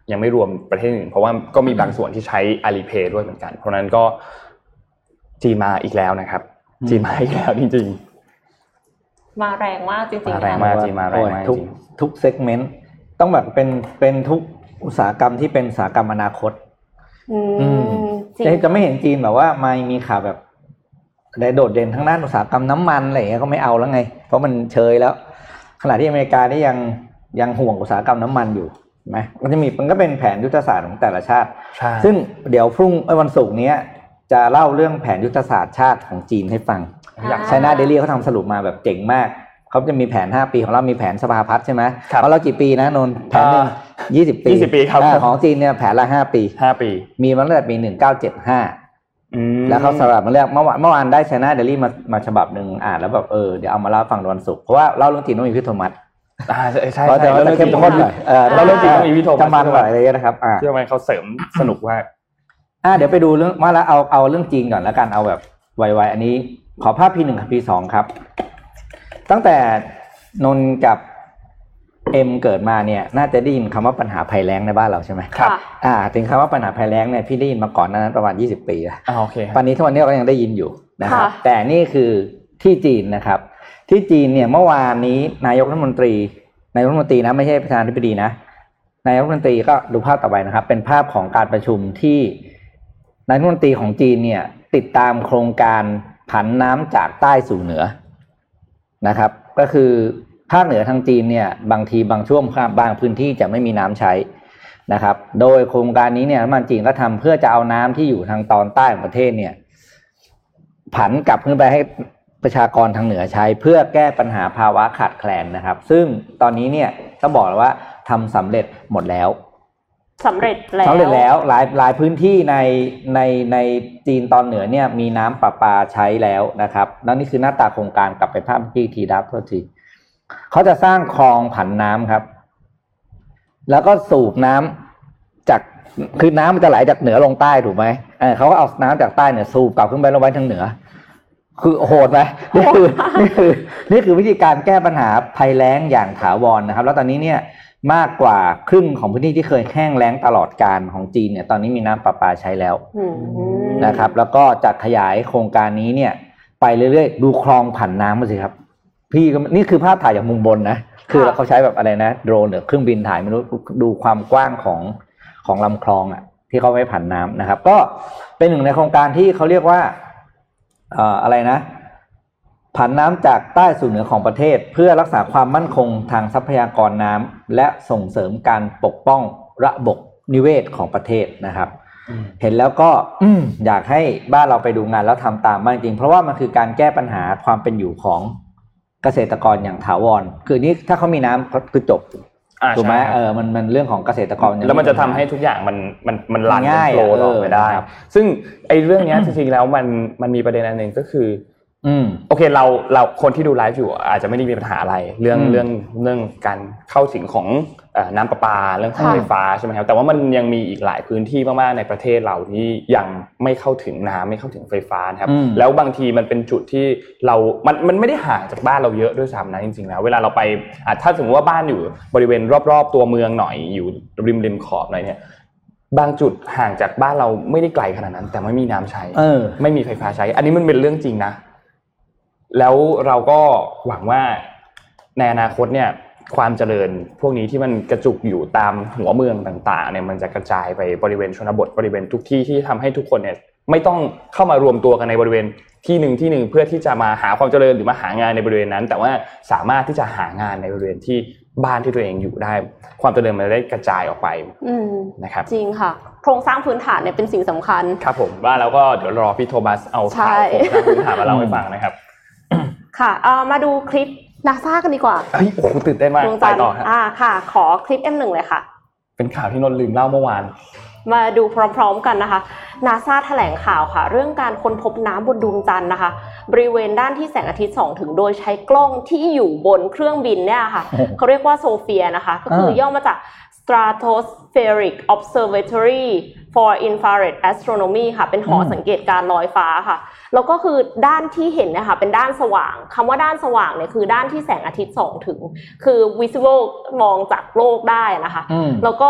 ยังไม่รวมประเทศอื่นเพราะว่าก็มีบางส่วนที่ใช้ Alipay ด้วยเหมือนกันเพราะนั้นก็จีนมาอีกแล้วนะครับจีนมาอีกแล้วจริงๆมาแรงมากจริงๆมาแรงมากจีนมาแรงมากจริงทุกเซกเมนต์ต้องแบบเป็นเป็นทุกอุตสาหกรรมที่เป็นอุตสาหกรรมอนาคตอืมจะไม่เห็นจีนแบบว่ามามีข่าวแบบได้โดดเด่นทั้งด้านอุตสาหกรรมน้ำมันอะไรอย่างเงี้ยเขาไม่เอาแล้วไงเพราะมันเชยแล้วขณะที่อเมริกานี่ยังยังห่วงอุตสาหกรรมน้ำมันอยู่ไหมมันจะมีมันก็เป็นแผนยุทธศาสตร์ของแต่ละชาติซึ่งเดี๋ยวพรุ่งวันศุกร์นี้จะเล่าเรื่องแผนยุทธศาสตร์ชาติของจีนให้ฟังไชน่าเดลี่เขาทำสรุปมาแบบเจ๋งมากเขาจะมีแผนห้าปีของเรามีแผนสภาพัฒน์ใช่ไหมเพราะเรากี่ปีนะนนท์แผนหนึ่งยี่สิบปียี่สิบปีครับของจีนเนี่ยแผนละห้าปีห้าปีมีมาตั้งแต่ปีหนึ่งพันเก้าร้อยเจ็ดสิบห้าแล้วเขาสลับมาเรียกเมื่อวานเมื่อวานได้ไชน่าเดลี่มามาฉบับนึงอ่านแล้วแบบเออเดี๋ยวเอามาเล่าฟังวันศุกร์เพราะว่าเล่าเรื่องจีนต้องมีพี่โทมัสอ่าใช่ใช่แต่ว่าเข้มข้นหน่อยเออเราเรื่องจีนต้องมีพี่โทมัสจะมันหน่อยอะไรนะครับอ่าเชื่อไหมเขาเสริมสนุกมากอ่าเดี๋ยวไปดูเรื่องว่าแล้วเอาเอาเรื่องจีนก่อนแล้วกันเอาแบบไวๆอันนี้ขอภาพ พี หนึ่ง กับ พี สอง ครับตั้งแต่นนกับเอ็มเกิดมาเนี่ยน่าจะได้ยินคำว่าปัญหาภัยแล้งในบ้านเราใช่ไหมครับอ่าถึงคำว่าปัญหาภัยแล้งเนี่ยพี่ได้ยินมาก่อนนั้นประมาณยี่สิบปีแล้วอ่าโอเคปัจจุบันนี้ทุกวันนี้เรายังได้ยินอยู่นะครับแต่นี่คือที่จีนนะครับที่จีนเนี่ยเมื่อวานนี้นายกรัฐมนตรีนายกรัฐมนตรีนะไม่ใช่ประธานาธิบดีนะนายกรัฐมนตรีก็ดูภาพต่อไปนะครับเป็นภาพของการประชุมที่นายกรัฐมนตรีของจีนเนี่ยติดตามโครงการผันน้ำจากใต้สู่เหนือนะครับก็คือภาคเหนือทางจีนเนี่ยบางทีบางช่วงบางพื้นที่จะไม่มีน้ำใช้นะครับโดยโครงการนี้เนี่ยรัฐบาลจีนก็ทำเพื่อจะเอาน้ำที่อยู่ทางตอนใต้ของประเทศเนี่ยผันกลับขึ้นไปให้ประชากรทางเหนือใช้เพื่อแก้ปัญหาภาวะขาดแคลนนะครับซึ่งตอนนี้เนี่ยต้องบอกเลยว่าทำสำเร็จหมดแล้วสำเร็จแล้วสำเร็จแล้วหลายหลายพื้นที่ในในในจีนตอนเหนือเนี่ยมีน้ำประปาใช้แล้วนะครับแล้วนี่คือหน้าตาโครงการกลับไปภาพที่ทีดับโทษทีเขาจะสร้างคลองผันน้ำครับแล้วก็สูบน้ำจากคือน้ำมันจะไหลจากเหนือลงใต้ถูกไหมเออเขาก็เอาน้ำจากใต้เนี่ยสูบกลับขึ้นไปลงไว้ทางเหนือคือโหดไหมนี่คือนี่คือนี่คือวิธีการแก้ปัญหาภัยแล้งอย่างถาวรนะครับแล้วตอนนี้เนี่ยมากกว่าครึ่งของพื้นที่ที่เคยแห้งแล้งตลอดกาลของจีนเนี่ยตอนนี้มีน้ำประปาใช้แล้วนะครับแล้วก็จัดขยายโครงการนี้เนี่ยไปเรื่อยๆดูคลองผันน้ำมาสิครับพี่ก็นี่คือภาพถ่ายจากมุมบนนะคือเขาใช้แบบอะไรนะโดรนหรือเครื่องบินถ่ายไม่รู้ดูความกว้างของของลำคลองอ่ะที่เขาไว้ผันน้ำนะครับก็เป็นหนึ่งในโครงการที่เขาเรียกว่าเอ่ออะไรนะผันน้ำจากใต้สู่เหนือของประเทศเพื่อรักษาความมั่นคงทางทรัพยากรน้ำและส่งเสริมการปกป้องระบบนิเวศของประเทศนะครับเห็นแล้วก็อยากให้บ้านเราไปดูงานแล้วทำตามบ้างจริงเพราะว่ามันคือการแก้ปัญหาความเป็นอยู่ของเกษตรกรอย่างถาวรคือนี่ถ้าเขามีน้ำคือจบถูกไหมเออมันมันเรื่องของเกษตรกรแล้วมันจะทำให้ทุกอย่างมันมันมันรันโฟลว์ต่อไปได้ซึ่งไอ้เรื่องนี้จริงๆแล้วมันมันมีประเด็นอันนึงก็คืออืมโอเคเราเราคนที่ดูไลฟ์อยู่อาจจะไม่ได้มีปัญหาอะไรเรื่องเรื่องเรื่องการเข้าถึงของเอ่อน้ำประปาเรื่องไฟฟ้าใช่ไหมครับแต่ว่ามันยังมีอีกหลายพื้นที่มากๆในประเทศเราที่ยังไม่เข้าถึงน้ำไม่เข้าถึงไฟฟ้าครับแล้วบางทีมันเป็นจุดที่เรามันมันไม่ได้ห่างจากบ้านเราเยอะด้วยซ้ำนะจริงๆแล้วเวลาเราไปอ่ะถ้าสมมติว่าบ้านอยู่บริเวณรอบๆตัวเมืองหน่อยอยู่ริมริมขอบหน่อยเนี่ยบางจุดห่างจากบ้านเราไม่ได้ไกลขนาดนั้นแต่ไม่มีน้ำใช้ไม่มีไฟฟ้าใช้อันนี้มันเป็นเรื่องจริงนะแล้วเราก็หวังว่าในอนาคตเนี่ยความเจริญพวกนี้ที่มันกระจุกอยู่ตามหัวเมืองต่างๆเนี่ยมันจะกระจายไปบริเวณชนบทบริเวณทุกที่ที่ทำให้ทุกคนเนี่ยไม่ต้องเข้ามารวมตัวกันในบริเวณที่หนึ่งที่หนึ่งเพื่อที่จะมาหาความเจริญหรือมาหางานในบริเวณนั้นแต่ว่าสามารถที่จะหางานในบริเวณที่บ้านที่ตัวเองอยู่ได้ความเจริญมันได้กระจายออกไปนะครับจริงค่ะโครงสร้างพื้นฐานเนี่ยเป็นสิ่งสำคัญครับผมว่าแล้วก็เดี๋ยวรอพี่โทมัสเอาข่าวโครงสร้างพื้นฐานมาเล่าให้ฟังนะครับค่ะเอ่อมาดูคลิป NASA กันดีกว่าเฮ้ยโอ้โหตื่นเต้นมากไปต่ออ่าค่ะขอคลิป เอ็ม หนึ่ง เลยค่ะเป็นข่าวที่นนท์ลืมเล่าเมื่อวานมาดูพร้อมๆกันนะคะ NASA แถลงข่าวค่ะเรื่องการค้นพบน้ำบนดวงจันทร์นะคะบริเวณด้านที่แสงอาทิตย์ส่องถึงโดยใช้กล้องที่อยู่บนเครื่องบินเนี่ยค่ะเขาเรียกว่าโซเฟียนะคะก็คือย่อมาจาก Stratospheric Observatory for Infrared Astronomy ค่ะเป็นหอสังเกตการณ์ลอยฟ้าค่ะแล้วก็คือด้านที่เห็นนะคะเป็นด้านสว่างคำว่าด้านสว่างเนี่ยคือด้านที่แสงอาทิตย์ส่องถึงคือ visible มองจากโลกได้นะคะแล้วก็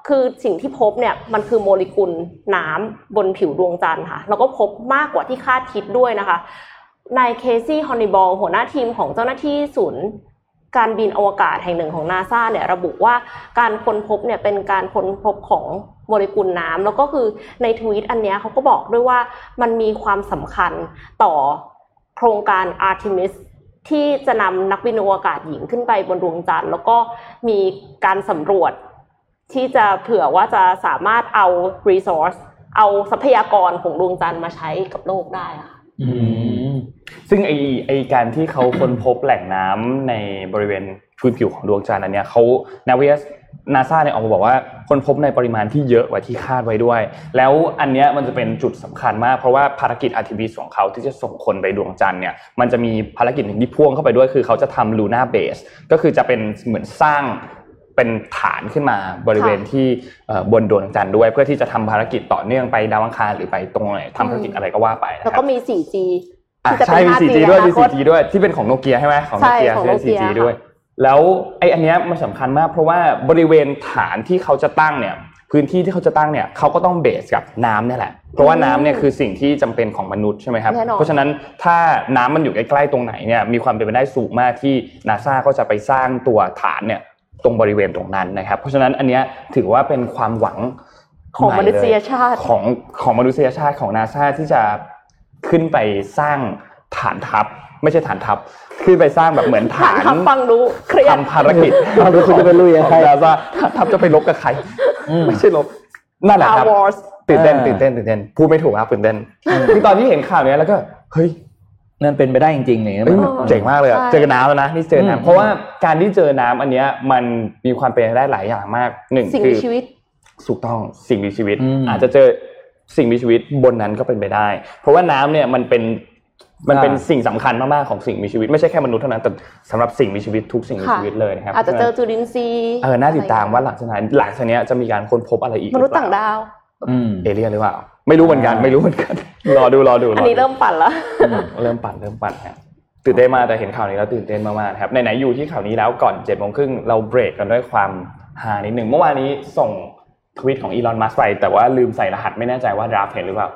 คือสิ่งที่พบเนี่ยมันคือโมเลกุลน้ำบนผิวดวงจันทร์ค่ะแล้วก็พบมากกว่าที่คาดคิดด้วยนะคะนายเคซี่ฮอนนิบอลหัวหน้าทีมของเจ้าหน้าที่ศูนย์การบินอวกาศแห่งหนึ่งของ นาซ่า เนี่ยระบุว่าการค้นพบเนี่ยเป็นการค้นพบของโมเลกุลน้ำแล้วก็คือในทวีตอันนี้เขาก็บอกด้วยว่ามันมีความสำคัญต่อโครงการ Artemis ที่จะนำนักบินอวกาศหญิงขึ้นไปบนดวงจันทร์แล้วก็มีการสำรวจที่จะเผื่อว่าจะสามารถเอา resource เอาทรัพยากรของดวงจันทร์มาใช้กับโลกได้ค่ะอืมซึ่งไอไอการที่เขาค้นพบแหล่งน้ำในบริเวณพื้นผิวของดวงจันทร์อันเนี้ยเขานาวิก นาซ่า เนี่ยออกมาบอกว่าค้นพบในปริมาณที่เยอะกว่าที่คาดไว้ด้วยแล้วอันเนี้ยมันจะเป็นจุดสำคัญมากเพราะว่าภารกิจ Artemis ของเขาที่จะส่งคนไปดวงจันทร์เนี่ยมันจะมีภารกิจหนึ่งที่พ่วงเข้าไปด้วยคือเขาจะทำ Lunar Base ก็คือจะเป็นเหมือนสร้างเป็นฐานขึ้นมาบริเวณที่บนดวงจันทร์ด้วยเพื่อที่จะทำภารกิจต่อเนื่องไปดาวอังคารหรือไปตรงไหนทำภารกิจอะไรก็ว่าไปนะครับแล้วก็มี โฟร์จีที่จะเป็น ห้าจี ด้วยมี โฟร์จี ด้วยที่เป็นของโนเกียใช่ไหมของโนเกียใช้ โฟร์จี ด้วยแล้วไอ้อันเนี้ยมันสำคัญมากเพราะว่าบริเวณฐานที่เขาจะตั้งเนี่ยพื้นที่ที่เขาจะตั้งเนี่ยเขาก็ต้องเบสกับน้ำนี่แหละเพราะว่าน้ำเนี่ยคือสิ่งที่จำเป็นของมนุษย์ใช่ไหมครับเพราะฉะนั้นถ้าน้ำมันอยู่ใกล้ๆตรงไหนเนี่ยมีความเป็นไปได้สูงมากที่ นาซ่า ก็จะไปสร้างตัวฐานเนี่ยตรงบริเวณตรงนั้นนะครับเพราะฉะนั้นอันเนี้ยถือว่าเป็นความหวังของมนุษยชาติของของมนุษยชาติของ นาซ่า ที่จะขึ้นไปสร้างฐานทัพไม่ใช่ฐานทัพขึ้นไปสร้างแบบเหมือนฐานทัพฟังดูเครียดทำภารกิจฟังดูคุณจะไปลุยกับใครนาซ่า ทัพจะไปรบกับใครไม่ใช่รบนั่นแหละครับตื่นเต้นตื่นเต้นตื่นเต้นพูดไม่ถูกครับตื่นเต้นคือตอนที่เห็นข่าวนี้แล้วก็เฮ้ยนั่นเป็นไปได้จริงๆเนี่ยเจ๋งมากเลยอ่ะเจอน้ำแล้วนะนี่เจอน้ำเพราะว่าการที่เจอน้ำอันเนี้ยมันมีความเป็นไปได้หลายอย่างมากหนึ่งคือชีวิตถูกต้องสิ่งมีชีวิตอาจจะเจอสิ่งมีชีวิตบนนั้นก็เป็นไปได้เพราะว่าน้ำเนี่ยมันเป็นมันเป็นสิ่งสำคัญมากๆของสิ่งมีชีวิตไม่ใช่แค่มนุษย์เท่านั้นแต่สำหรับสิ่งมีชีวิตทุกสิ่งมีชีวิตเลยนะครับอาจจะเจอจุลินทรีย์เออน่าติดตามว่าหลังจากนั้นหลังจากนี้จะมีการค้นพบอะไรอีกมนุษย์ต่างดาวเอเลี่ยนหรือเปล่าไม่รู้เหมือนกันไม่รู้เหมือนกันรอดูรอดูอันนี้เริ่มปั่นแล้วเริ่มปั่นเริ่มปั่นครับตื่นเต้นมากแต่เห็นข่าวนี้แล้วตื่นเต้นมากๆครับไหนๆอยู่ที่ข่าวนี้แล้วก่อน เจ็ดโมงครึ่ง เราเบรกกันด้วยความฮานิดนึงเมื่อวานนี้ส่งทวีตของอีลอนมัสก์ไปแต่ว่าลืมใส่รหัสไม่แน่ใจว่าดราฟเห็นหรือเปล่า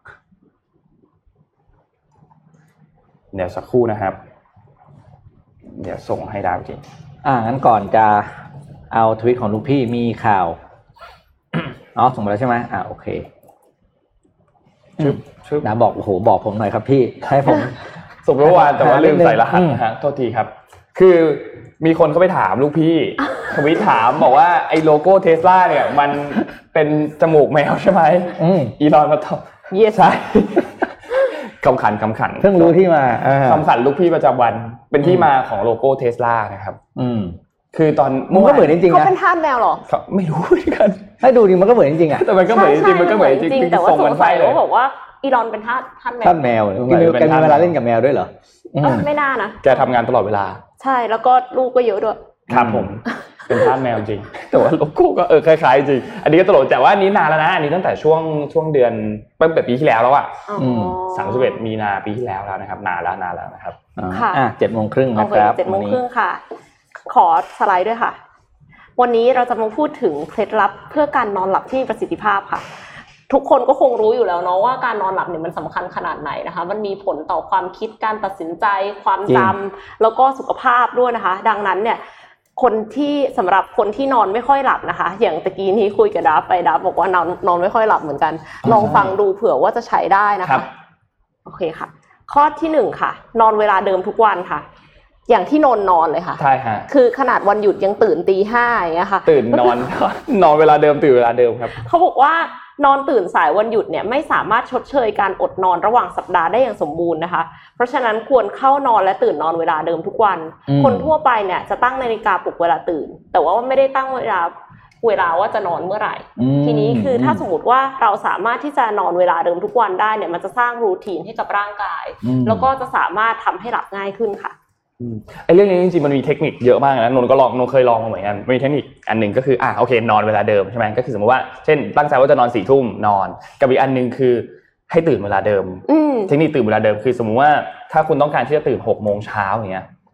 เดี๋ยวสักครู่นะครับเดี๋ยวส่งให้ดาวจริงอ่างั้นก่อนจะเอาทวีตของลูกพี่มีข่าวอ๋อส่งมาแล้วใช่ไหมอ่าโอเคชึบชึบนะบอกโอ้โหบอกผมหน่อยครับพี่ให้ผมส่งเมื่อวานแต่ว่าลืมใส่รหัสนะฮะโทษทีครับคือมีคนเขาไปถามลูกพี่ทวีตถามบอกว่าไอ้โลโก้ Tesla เนี่ยมันเป็นจมูกแมวใช่ไหมอีลอนมาตอบเย้ใช่คำขันคำขันเพิ่งรู้ที่มาคำขันลูกพี่ประจำวันเป็นที่มาของโลโก้ Tesla นะครับอืมคือตอนมันก็เหมือนจริงๆนะเขาเป็นทาสแมวหรอไม่รู้เหมือนกันให้ดูดิมันก็เหมือนจริงๆอ่ะแต่มันก็เหมือนจริงมันก็เหมือนจริงแต่ว่าสงสัยเขาบอกว่าอีลอนเป็นทาสทาสแมวทาสแมวแกมีเวลาเล่นกับแมวด้วยเหรอไม่น่านะแกทำงานตลอดเวลาใช่แล้วก็ลูกก็เยอะด้วยครับผมเป็นทาสแมวจริงแต่ว่าโลโก้ก็เออคล้ายๆจริงอันนี้ก็ตลกแต่ว่าอันนี้นานแล้วนะอันนี้ตั้งแต่ช่วงช่วงเดือนตั้งแต่ปีที่แล้วแล้วอ่ะสามสิบเอ็ดมีนาปีที่แล้วแล้วนะครับนานแล้วนานแล้วนะครับอ่ะเจ็ดโมงครึ่งนะครับเจ็ดโมงครึ่งค่ะขอสไลด์ด้วยค่ะวันนี้เราจะมาพูดถึงเคล็ดลับเพื่อการนอนหลับที่มีประสิทธิภาพค่ะทุกคนก็คงรู้อยู่แล้วเนาะว่าการนอนหลับเนี่ยมันสำคัญขนาดไหนนะคะมันมีผลต่อความคิดการตัดสินใจความจำแล้วก็สุขภาพด้วยนะคะดังนั้นเนี่ยคนที่สำหรับคนที่นอนไม่ค่อยหลับนะคะอย่างตะกี้นี้คุยกับดาฟไปดาฟบอกว่านอนนอนไม่ค่อยหลับเหมือนกันลองฟังดูเผื่อว่าจะใช้ได้นะคะโอเคค่ะข้อที่หนึ่งค่ะนอนเวลาเดิมทุกวันค่ะอย่างที่นอนนอนเลยค่ะใช่ฮะคือขนาดวันหยุดยังตื่นตีห้าอย่างเงี้ยค่ะตื่นนอนนอนเวลาเดิมตื่นเวลาเดิมครับเขาบอกว่านอนตื่นสายวันหยุดเนี่ยไม่สามารถชดเชยการอดนอนระหว่างสัปดาห์ได้อย่างสมบูรณ์นะคะเพราะฉะนั้นควรเข้านอนและตื่นนอนเวลาเดิมทุกวันคนทั่วไปเนี่ยจะตั้งนาฬิกาปลุกเวลาตื่นแต่ว่าไม่ได้ตั้งเวลาเวลาว่าจะนอนเมื่อไหร่ทีนี้คือถ้าสมมติว่าเราสามารถที่จะนอนเวลาเดิมทุกวันได้เนี่ยมันจะสร้างรูทีนให้กับร่างกายแล้วก็จะสามารถทำให้หลับง่ายขึ้นค่ะไอ้เรื่องนี้จริงๆมันมีเทคนิคเยอะมากนะนนก็ลองนนเคยลองมาเหมือนกันมีเทคนิคอันนึงก็คืออ่ะโอเคนอนเวลาเดิมใช่มั้ยก็คือสมมุติว่าเช่นตั้งใจว่าจะนอน สี่ทุ่มนอนกับอีกอันนึงคือให้ตื่นเวลาเดิมเทคนิคตื่นเวลาเดิมคือสมมุติว่าถ้าคุณต้องการที่จะตื่น หกโมง เช้าอย่างเงี้ย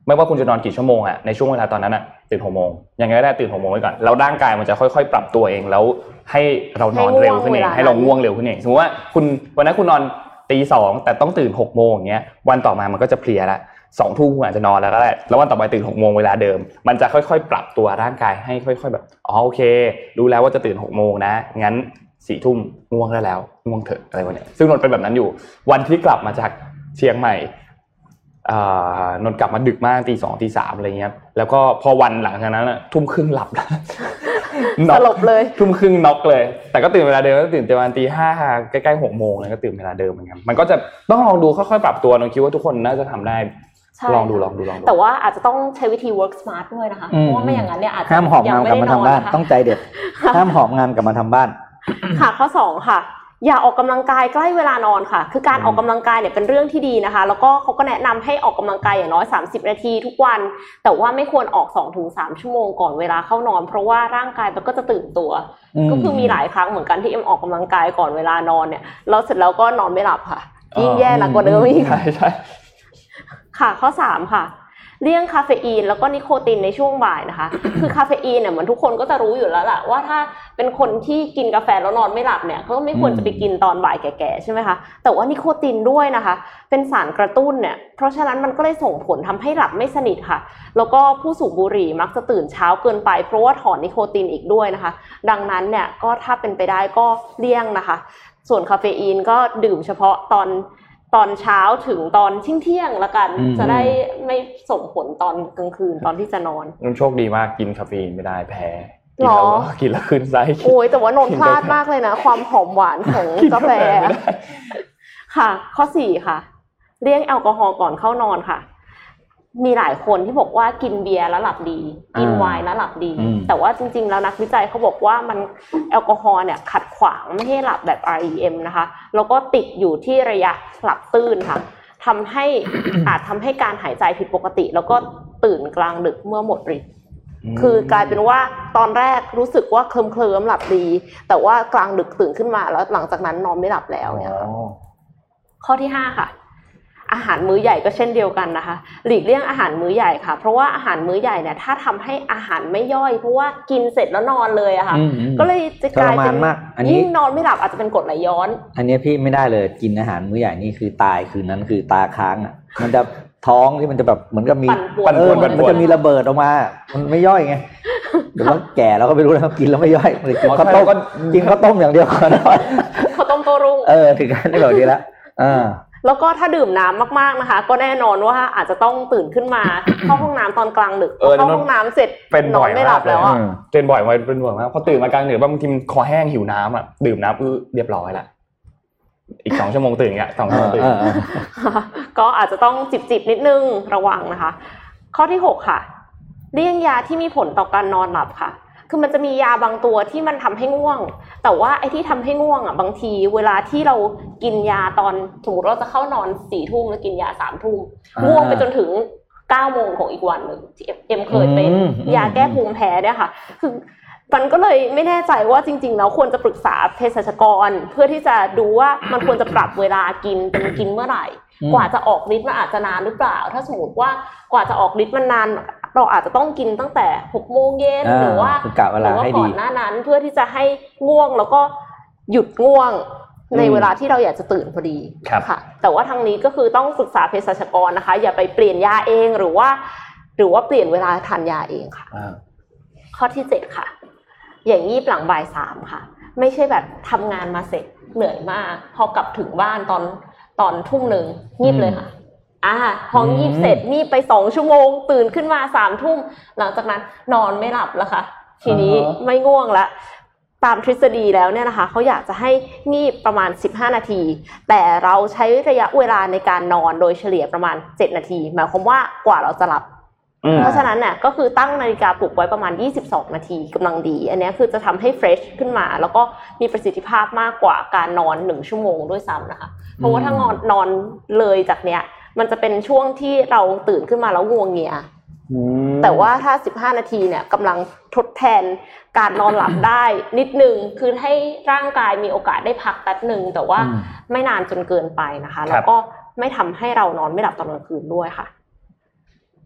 ไม่ว่าคุณจะนอนกี่ชั่วโมงอ่ะในช่วงเวลาตอนนั้นอ่ะตื่นหกโมงยังไงก็ได้ตื่นหกโมงไว้ก่อนแล้วร่างกายมันจะค่อยๆปรับตัวเองแล้วให้เรานอนเร็วขึ้นเองให้เราง่วงเร็วขึ้นเองสมมติว่าคุณวันนั้นคุณนอนตีสองแต่ต้องตื่นหกโมงอย่างเงี้ยวันต่อมามันก็จะเพลียละสองทุ่มคุณอาจจะนอนแล้วก็ได้แล้ววันต่อไปตื่นหกโมงเวลาเดิมมันจะค่อยๆปรับตัวร่างกายให้ค่อยๆแบบอ๋อโอเครู้แล้วว่าจะตื่นหกโมงนะงั้นสี่ทุ่มง่วงได้แล้วง่วงเถอะอะไรวะเนี่ยซึ่งนนท์เป็นแบบนั้นอยู่วันที่กลับมาจากเชียงใหม่อ่านนท์กลับมาดึกมากตีสองตีสามอะไรเงี้ยแล้วก็พอวันหลังจากนั้นน่ะทุ่มครึ่งหลับสลบเลยทุ่มครึ่งน็อกเลยแต่ก็ตื่นเวลาเดิมก็ตื่นประมาณตีห้าใกล้ๆหกโมงเลยก็ตื่นเวลาเดิมเหมือนกันมันก็จะต้องลองดูค่อยๆปรับตัวนนท์คิดว่าทุกคนน่าจะทำได้ลองดูลองดูลองดูแต่ว่าอาจจะต้องใช้วิธี work smart ด้วยนะคะเพราะว่าไม่อย่างนั้นเนี่ยอาจจะห้ามหอบงานกลับมาทำบ้านต้องใจเด็ดห้ามหอบงานกลับมาทำบ้านค่ะข้อสองค่ะอย่าออกกำลังกายใกล้เวลานอนค่ะคือการออกกำลังกายเนี่ยเป็นเรื่องที่ดีนะคะแล้วก็เขาก็แนะนำให้ออกกำลังกายอย่างน้อยสามสิบนาทีทุกวันแต่ว่าไม่ควรออก สองถึงสาม ชั่วโมงก่อนเวลาเข้านอนเพราะว่าร่างกายมันก็จะตื่นตัวก็คือมีหลายครั้งเหมือนกันที่เอ็มออกกำลังกายก่อนเวลานอนเนี่ยแล้วเสร็จแล้วก็นอนไม่หลับค่ะยิ่งแย่หนักกว่าเดิมอีกใช่ๆค่ะข้อสามค่ะเลี่ยงคาเฟอีนแล้วก็นิโคตินในช่วงบ่ายนะคะคือคาเฟอีนเนี่ยเหมือนทุกคนก็จะรู้อยู่แล้วล่ะว่าถ้าเป็นคนที่กินกาแฟแล้วนอนไม่หลับเนี่ยเขาก็ไม่ควรจะไปกินตอนบ่ายแก่ๆใช่ไหมคะแต่ว่านิโคตินด้วยนะคะเป็นสารกระตุ้นเนี่ยเพราะฉะนั้นมันก็เลยส่งผลทำให้หลับไม่สนิทค่ะแล้วก็ผู้สูบบุหรี่มักจะตื่นเช้าเกินไปเพราะว่าถอนนิโคตินอีกด้วยนะคะดังนั้นเนี่ยก็ถ้าเป็นไปได้ก็เลี่ยงนะคะส่วนคาเฟอีนก็ดื่มเฉพาะตอนตอนเช้าถึงตอนเที่ยงๆละกันจะได้ไม่ส่งผลตอนกลางคืนตอนที่จะนอนนนโชคดีมากกินคาเฟอีนไม่ได้แพ้กินแล้วกินแล้วขึ้นไส้โอ้ยแต่ว่านนพลาดมากเลยนะความหอมหวานของกาแฟค่ะข้อสี่ค่ะเลี่ยงแอลกอฮอล์ก่อนเข้านอนค่ะมีหลายคนที่บอกว่ากินเบียร์แล้วหลับดีกินไวน์แล้วหลับดีแต่ว่าจริงๆแล้วนักวิจัยเขาบอกว่ามันแอลกอฮอล์เนี่ยขัดขวางไม่ให้หลับแบบ อาร์ อี เอ็ม นะคะแล้วก็ติดอยู่ที่ระยะหลับตื้นค่ะทำให้ อาจทำให้การหายใจผิดปกติแล้วก็ตื่นกลางดึกเมื่อหมดฤทธิ์คือกลายเป็นว่าตอนแรกรู้สึกว่าเคลิ้มๆหลับดีแต่ว่ากลางดึกตื่นขึ้นมาแล้วหลังจากนั้นนอนไม่หลับแล้วเนี่ยค่ะข้อที่ห้าค่ะอาหารมื้อใหญ่ก็เช่นเดียวกันนะคะหลีกเลี่ยงอาหารมื้อใหญ่ค่ะเพราะว่าอาหารมื้อใหญ่เนี่ยถ้าทำให้อาหารไม่ย่อยเพราะว่ากินเสร็จแล้วนอนเลยอะค่ะก็เลยจะกลายเป็นยิ่งนอนไม่หลับอาจจะเป็นกรดไหลย้อนอันนี้พี่ไม่ได้เลยกินอาหารมื้อใหญ่นี่คือตายคืนนั้นคือตาค้างอะมันจะท้องที่มันจะแบบเหมือนกับมีปั่นป่วนมันจะมีระเบิดออกมามันไม่ย่อยไงหรือว่าแก่แล้วก็ไม่รู้แล้วกินแล้วไม่ย่อยเลยกินข้าวต้มกินข้าวต้มอย่างเดียวก่อนข้าวต้มโต้รุ่งเออถึงขั้นได้แบบนี้แล้วอ่าแล้วก็ถ้าดื่มน้ำมากๆนะคะก็แน่นอนว่าอาจจะต้องตื่นขึ้นมาเข้าห้องน้ำตอนกลางดึกเข้าห้องน้ำเสร็จนอนไม่หลับแล้วอ่ะเป็นบ่อยมาเป็นบ่อยมากพอตื่นมากลางดึกบางทีมันคอแห้งหิวน้ำอ่ะดื่มน้ำอื้อเรียบร้อยละอีกสองชั่วโมงตื่นอย่างเงี้ยสองชั่วโมงตื่นก็อาจจะต้องจิบๆนิดนึงระวังนะคะข้อที่หกค่ะเลี่ยงยาที่มีผลต่อการนอนหลับค่ะคือมันจะมียาบางตัวที่มันทำให้ง่วงแต่ว่าไอ้ที่ทำให้ง่วงอ่ะบางทีเวลาที่เรากินยาตอนสมมติเราจะเข้านอนสี่ทุ่มแล้วกินยาสามทุ่มง่วงไปจนถึงเก้าโมงของอีกวันหนึ่งที่เอ็มเคยเป็นยาแก้ภูมิแพ้เนี่ยค่ะคือมันก็เลยไม่แน่ใจว่าจริงๆแล้วควรจะปรึกษาเภสัชกรเพื่อที่จะดูว่ามันควรจะปรับเวลากินเป็นกินเมื่อไหร่กว่าจะออกฤทธิ์มันอาจจะนานหรือเปล่าถ้าสมมติว่ากว่าจะออกฤทธิ์มันนานเราอาจจะต้องกินตั้งแต่หกโมงเย็นหรือว่าหรือว่าก่อนหน้านั้นเพื่อที่จะให้ง่วงแล้วก็หยุดง่วงในเวลาที่เราอยากจะตื่นพอดีค่ะแต่ว่าทางนี้ก็คือต้องปรึกษาเภสัชกรนะคะอย่าไปเปลี่ยนยาเองหรือว่าหรือว่าเปลี่ยนเวลาทานยาเองค่ะข้อที่เจ็ดค่ะอย่างงีบหลังบ่ายสามค่ะไม่ใช่แบบทำงานมาเสร็จเหนื่อยมากพอกลับถึงบ้านตอนตอนทุ่มหนึ่งงีบเลยค่ะอ่าพองีบเสร็จงีบไปสองชั่วโมงตื่นขึ้นมาสามทุ่มหลังจากนั้นนอนไม่หลับแล้วค่ะทีนี้ไม่ง่วงละตามทฤษฎีแล้วเนี่ยนะคะเขาอยากจะให้งีบประมาณสิบห้านาทีแต่เราใช้ระยะเวลาในการนอนโดยเฉลี่ยประมาณเจ็ดนาทีหมายความว่ากว่าเราจะหลับเพราะฉะนั้นเนี่ยก็คือตั้งนาฬิกาปลุกไว้ประมาณยี่สิบสองนาทีกำลังดีอันนี้คือจะทำให้เฟรชขึ้นมาแล้วก็มีประสิทธิภาพมากกว่าการนอนหนึ่งชั่วโมงด้วยซ้ำนะคะเพราะว่าถ้านอนนอนเลยจากเนี้ยมันจะเป็นช่วงที่เราตื่นขึ้นมาแล้วง่วงเงียแต่ว่าถ้าสิบห้านาทีเนี่ยกำลังทดแทนการนอนหลับได้นิดนึงคือให้ร่างกายมีโอกาสได้พักแป๊บนึงแต่ว่าไม่นานจนเกินไปนะคะแล้วก็ไม่ทำให้เรานอนไม่หลับตอนกลางคืนด้วยค่ะ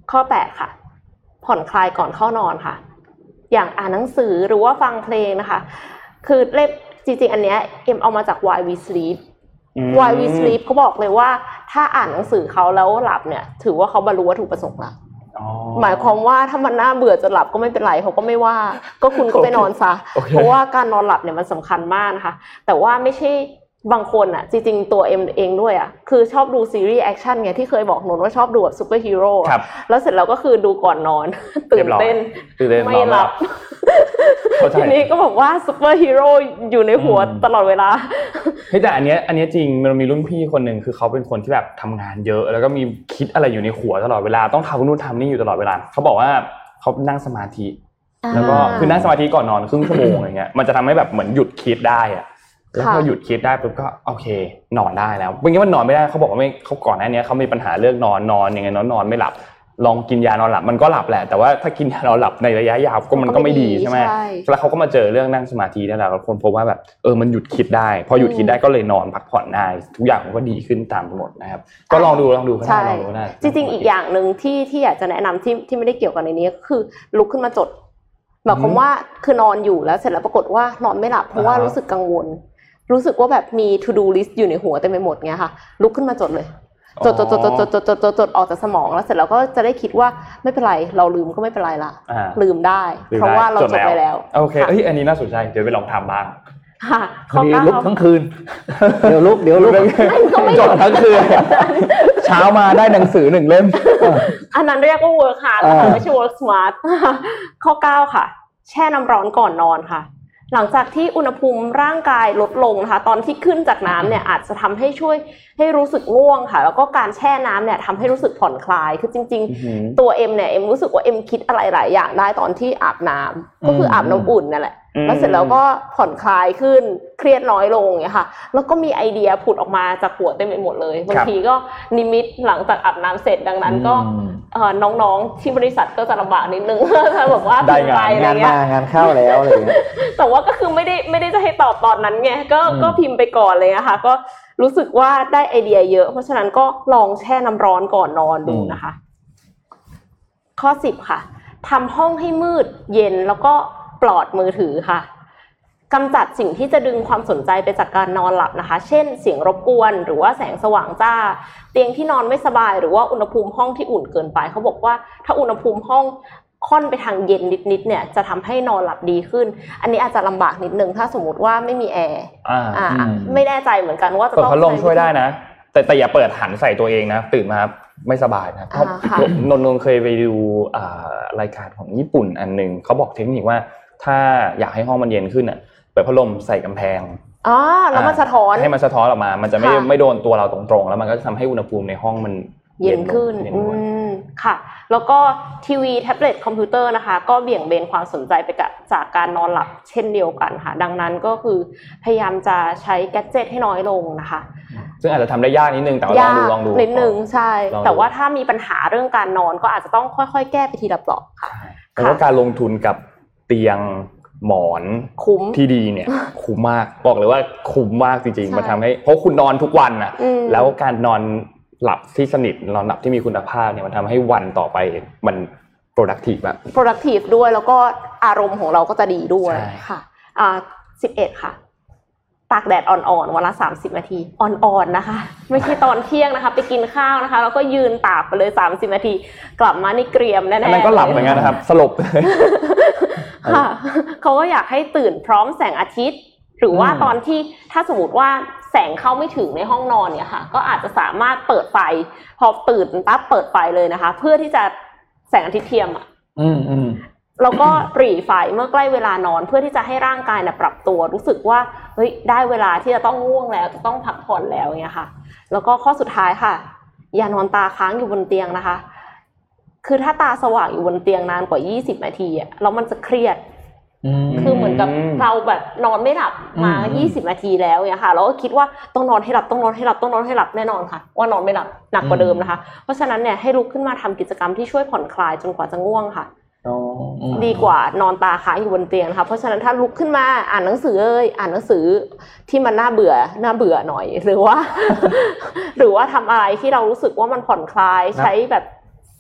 ข้อแปดค่ะผ่อนคลายก่อนเข้านอนค่ะอย่างอ่านหนังสือหรือว่าฟังเพลงนะคะคือเล่มจริงๆอันเนี้ยเอ็มเอามาจาก Why We Sleep Why We Sleep เขาบอกเลยว่าถ้าอ่านหนังสือเขาแล้วหลับเนี่ยถือว่าเขาบรรลุวัตถุประสงค์ละหมายความว่าถ้ามันน่าเบื่อจะหลับก็ไม่เป็นไรเขาก็ไม่ว่าก็คุณก็ไปนอนซะ okay. เพราะว่าการนอนหลับเนี่ยมันสำคัญมากนะคะแต่ว่าไม่ใช่บางคนอ่ะจริงๆตัวเอ็มเองด้วยอ่ะคือชอบดูซีรีส์แอคชั่นไงที่เคยบอกหนูว่าชอบดูแบบซูเปอร์ฮีโร่แล้วเสร็จแล้วก็คือดูก่อนนอนตื่นเต้นไม่หลับทีนี้ก็บอกว่าซูเปอร์ฮีโร่อยู่ในหัวตลอดเวลาเฮ้ยแต่อันเนี้ยอันเนี้ยจริงมันมีรุ่นพี่คนนึงคือเขาเป็นคนที่แบบทำงานเยอะแล้วก็มีคิดอะไรอยู่ในหัวตลอดเวลาต้องทำนู่นทำนี่อยู่ตลอดเวลาเขาบอกว่าเขานั่งสมาธิแล้วก็คือนั่งสมาธิก่อนนอนครึ่งชั่วโมงอะไรเงี้ยมันจะทำให้แบบเหมือนหยุดคิดได้อะแล้วพอหยุดคิดได้ปุ๊บก็โอเคนอนได้แล้วเมื่อกี้มันนอนไม่ได้เขาบอกว่าไม่เขาก่อนหน้านี้เขามีปัญหาเรื่องนอนนอนยังไงนอนนอนไม่หลับลองกินยานอนหลับมันก็หลับแหละแต่ว่าถ้ากินยานอนหลับในระยะยาวก็มันก็ไม่ดีใช่ไหมแล้วเขาก็มาเจอเรื่องนั่งสมาธินั่นแหละแล้วคนพบว่าแบบเออมันหยุดคิดได้พอหยุดคิดได้ก็เลยนอนพักผ่อนได้ทุกอย่างมันก็ดีขึ้นตามไปหมดนะครับก็ลองดูลองดูก็ได้ลองดูได้จริงๆอีกอย่างนึงที่ที่อยากจะแนะนำที่ที่ไม่ได้เกี่ยวกับในนี้ก็คือลุกขึ้นมาจดหมายความว่าคือนอนอยู่แล้วเสร็จแล้วปรากฏว่านอนไม่หลับเพราะว่ารู้สึกกังวลรู้สึกว่าแบบมี to do list อยู่ในหัวเต็มไปหมดเงี้ยค่ะลุกขึ้นมาจดเลยจดจดจดจดจดจดจดจดจดออกจากสมองแล้วเสร็จแล้วก็จะได้คิดว่าไม่เป็นไรเราลืมก็ไม่เป็นไรละลืมได้เพราะว่าเราจดไปแล้วโอเคเอ้ยอันนี้น่าสนใจเดี๋ยวไปลองทำบ้างค่ะมีลุกทั้งคืนเดี๋ยวลุกเดี๋ยวลุกจดทั้งคืนเช้ามาได้หนังสือหนึ่งเล่มอันนั้นเรียกว่า work hard นะคะไม่ใช่ work smart ข้อเก้าค่ะแช่น้ำร้อนก่อนนอนค่ะหลังจากที่อุณหภูมิร่างกายลดลงนะคะตอนที่ขึ้นจากน้ำเนี่ยอาจจะทำให้ช่วยให้รู้สึกง่วงค่ะแล้วก็การแช่น้ำเนี่ยทำให้รู้สึกผ่อนคลายคือจริงๆตัวเอ็มเนี่ยเอ็มรู้สึกว่าเอ็มคิดอะไรหลายอย่างได้ตอนที่อาบน้ำก็คืออาบน้ำอุ่นนั่นแหละแล้วเสร็จแล้วก็ผ่อนคลายขึ้นเครียดน้อยลงเนี่ยค่ะแล้วก็มีไอเดียผุดออกมาจากหัวเต็มไปหมดเลยบางทีก็นิมิตหลังจากอาบน้ำเสร็จดังนั้นก็น้องๆที่บริษัทก็จะลำบากนิดนึงถ้าบอกว่าได้งานงานมางานเข้าแล้วอะไรอย่างเงี้ยแต่ว่าก็คือไม่ได้ไม่ได้จะให้ตอบตอนนั้นไงก็ก็พิมพ์ไปก่อนเลยนะคะก็รู้สึกว่าได้ไอเดียเยอะเพราะฉะนั้นก็ลองแช่น้ำร้อนก่อนนอนดูนะคะข้อสิบค่ะทำห้องให้มืดเย็นแล้วก็ปลอดมือถือค่ะกำจัดสิ่งที่จะดึงความสนใจไปจากการนอนหลับนะคะเช่นเสียงรบกวนหรือว่าแสงสว่างจ้าเตียงที่นอนไม่สบายหรือว่าอุณหภูมิห้องที่อุ่นเกินไปเขาบอกว่าถ้าอุณหภูมิห้องค่อนไปทางเย็นนิดๆเนี่ยจะทำให้นอนหลับดีขึ้นอันนี้อาจจะลำบากนิดนึงถ้าสมมติว่าไม่มีแอร์อ่าไม่แน่ใจเหมือนกันว่าจะต้องเปิดพัดลมช่วยได้นะแต่แต่อย่าเปิดหันใส่ตัวเองนะตื่นมาไม่สบายนะเพราะนนนเคยไปดูรายการของญี่ปุ่นอันนึงเขาบอกเทคนิคว่าถ้าอยากให้ห้องมันเย็นขึ้นอ่ะเปิดพัดลมใส่กำแพงอ๋อแล้วมันสะท้อนให้มันสะท้อนออกมามันจะไม่ไม่โดนตัวเราตรงๆแล้วมันก็จะทำให้อุณหภูมิในห้องมันเย็นขึ้นอืมค่ะแล้วก็ทีวีแท็บเล็ตคอมพิวเตอร์นะคะก็เบี่ยงเบนความสนใจไปจากการนอนหลับเช่นเดียวกันค่ะดังนั้นก็คือพยายามจะใช้แกดเจ็ตให้น้อยลงนะคะซึ่งอาจจะทำได้ยากนิดนึงแต่ว่าลองดูลองดูนิดนึงใช่แต่ว่าถ้ามีปัญหาเรื่องการนอนก็อาจจะต้องค่อยๆแก้ไปทีละเปราะค่ะแล้วก็การลงทุนกับเตียงหมอนคุ้มที่ดีเนี่ยคุ้มมากบอกเลยว่าคุ้มมากจริงๆมันทำให้เพราะคุณนอนทุกวันน่ะแล้วการนอนหลับที่สนิทนอนหลับที่มีคุณภาพเนี่ยมันทำให้วันต่อไปมัน productive แบบ productive ด้วยแล้วก็อารมณ์ของเราก็จะดีด้วยค่ะอ่าสิบเอ็ดค่ะตากแดดอ่อนๆวันละสามสิบนาทีอ่อนๆนะคะไม่ใช่ตอนเที่ยงนะคะไปกินข้าวนะคะแล้วก็ยืนตากไปเลยสามสิบนาทีกลับมานี่เกรียมแน่ๆอันนั้นก็หลับเหมือนกันนะครับสลบค่ะเขาก็อยากให้ตื่นพร้อมแสงอาทิตย์หรือว่าตอนที่ถ้าสมมติว่าแสงเข้าไม่ถึงในห้องนอนเนี่ยค่ะก็อาจจะสามารถเปิดไฟพอตื่นปั๊บเปิดไฟเลยนะคะเพื่อที่จะแสงอาทิตย์เทียมอ่ะอืมอืมแล้วก็หรี่ไฟเมื่อใกล้เวลานอนเพื่อที่จะให้ร่างกายเนี่ยปรับตัวรู้สึกว่าเฮ้ยได้เวลาที่จะต้องง่วงแล้วจะต้องพักผ่อนแล้วเนี่ยค่ะแล้วก็ข้อสุดท้ายค่ะอย่านอนตาค้างอยู่บนเตียงนะคะคือถ้าตาสว่างอยู่บนเตียงนานกว่ายี่สิบนาทีอ่ะแล้วมันจะเครียดคือเหมือนกับเราแบบนอนไม่หลับมายี่สิบนาทีแล้วเนี่ยค่ะแล้วก็คิดว่าต้องนอนให้หลับต้องนอนให้หลับต้องนอนให้หลับแน่นอนค่ะว่านอนไม่หลับหนักกว่าเดิมนะคะเพราะฉะนั้นเนี่ยให้ลุกขึ้นมาทำกิจกรรมที่ช่วยผ่อนคลายจนกว่าจะง่วงค่ะดีกว่านอนตาค้างอยู่บนเตียงนะคะเพราะฉะนั้นถ้าลุกขึ้นมาอ่านหนังสือเอ้ยอ่านหนังสือที่มันน่าเบื่อน่าเบื่อหน่อยหรือว่าหรือว่าทำอะไรที่เรารู้สึกว่ามันผ่อนคลายใช้แบบ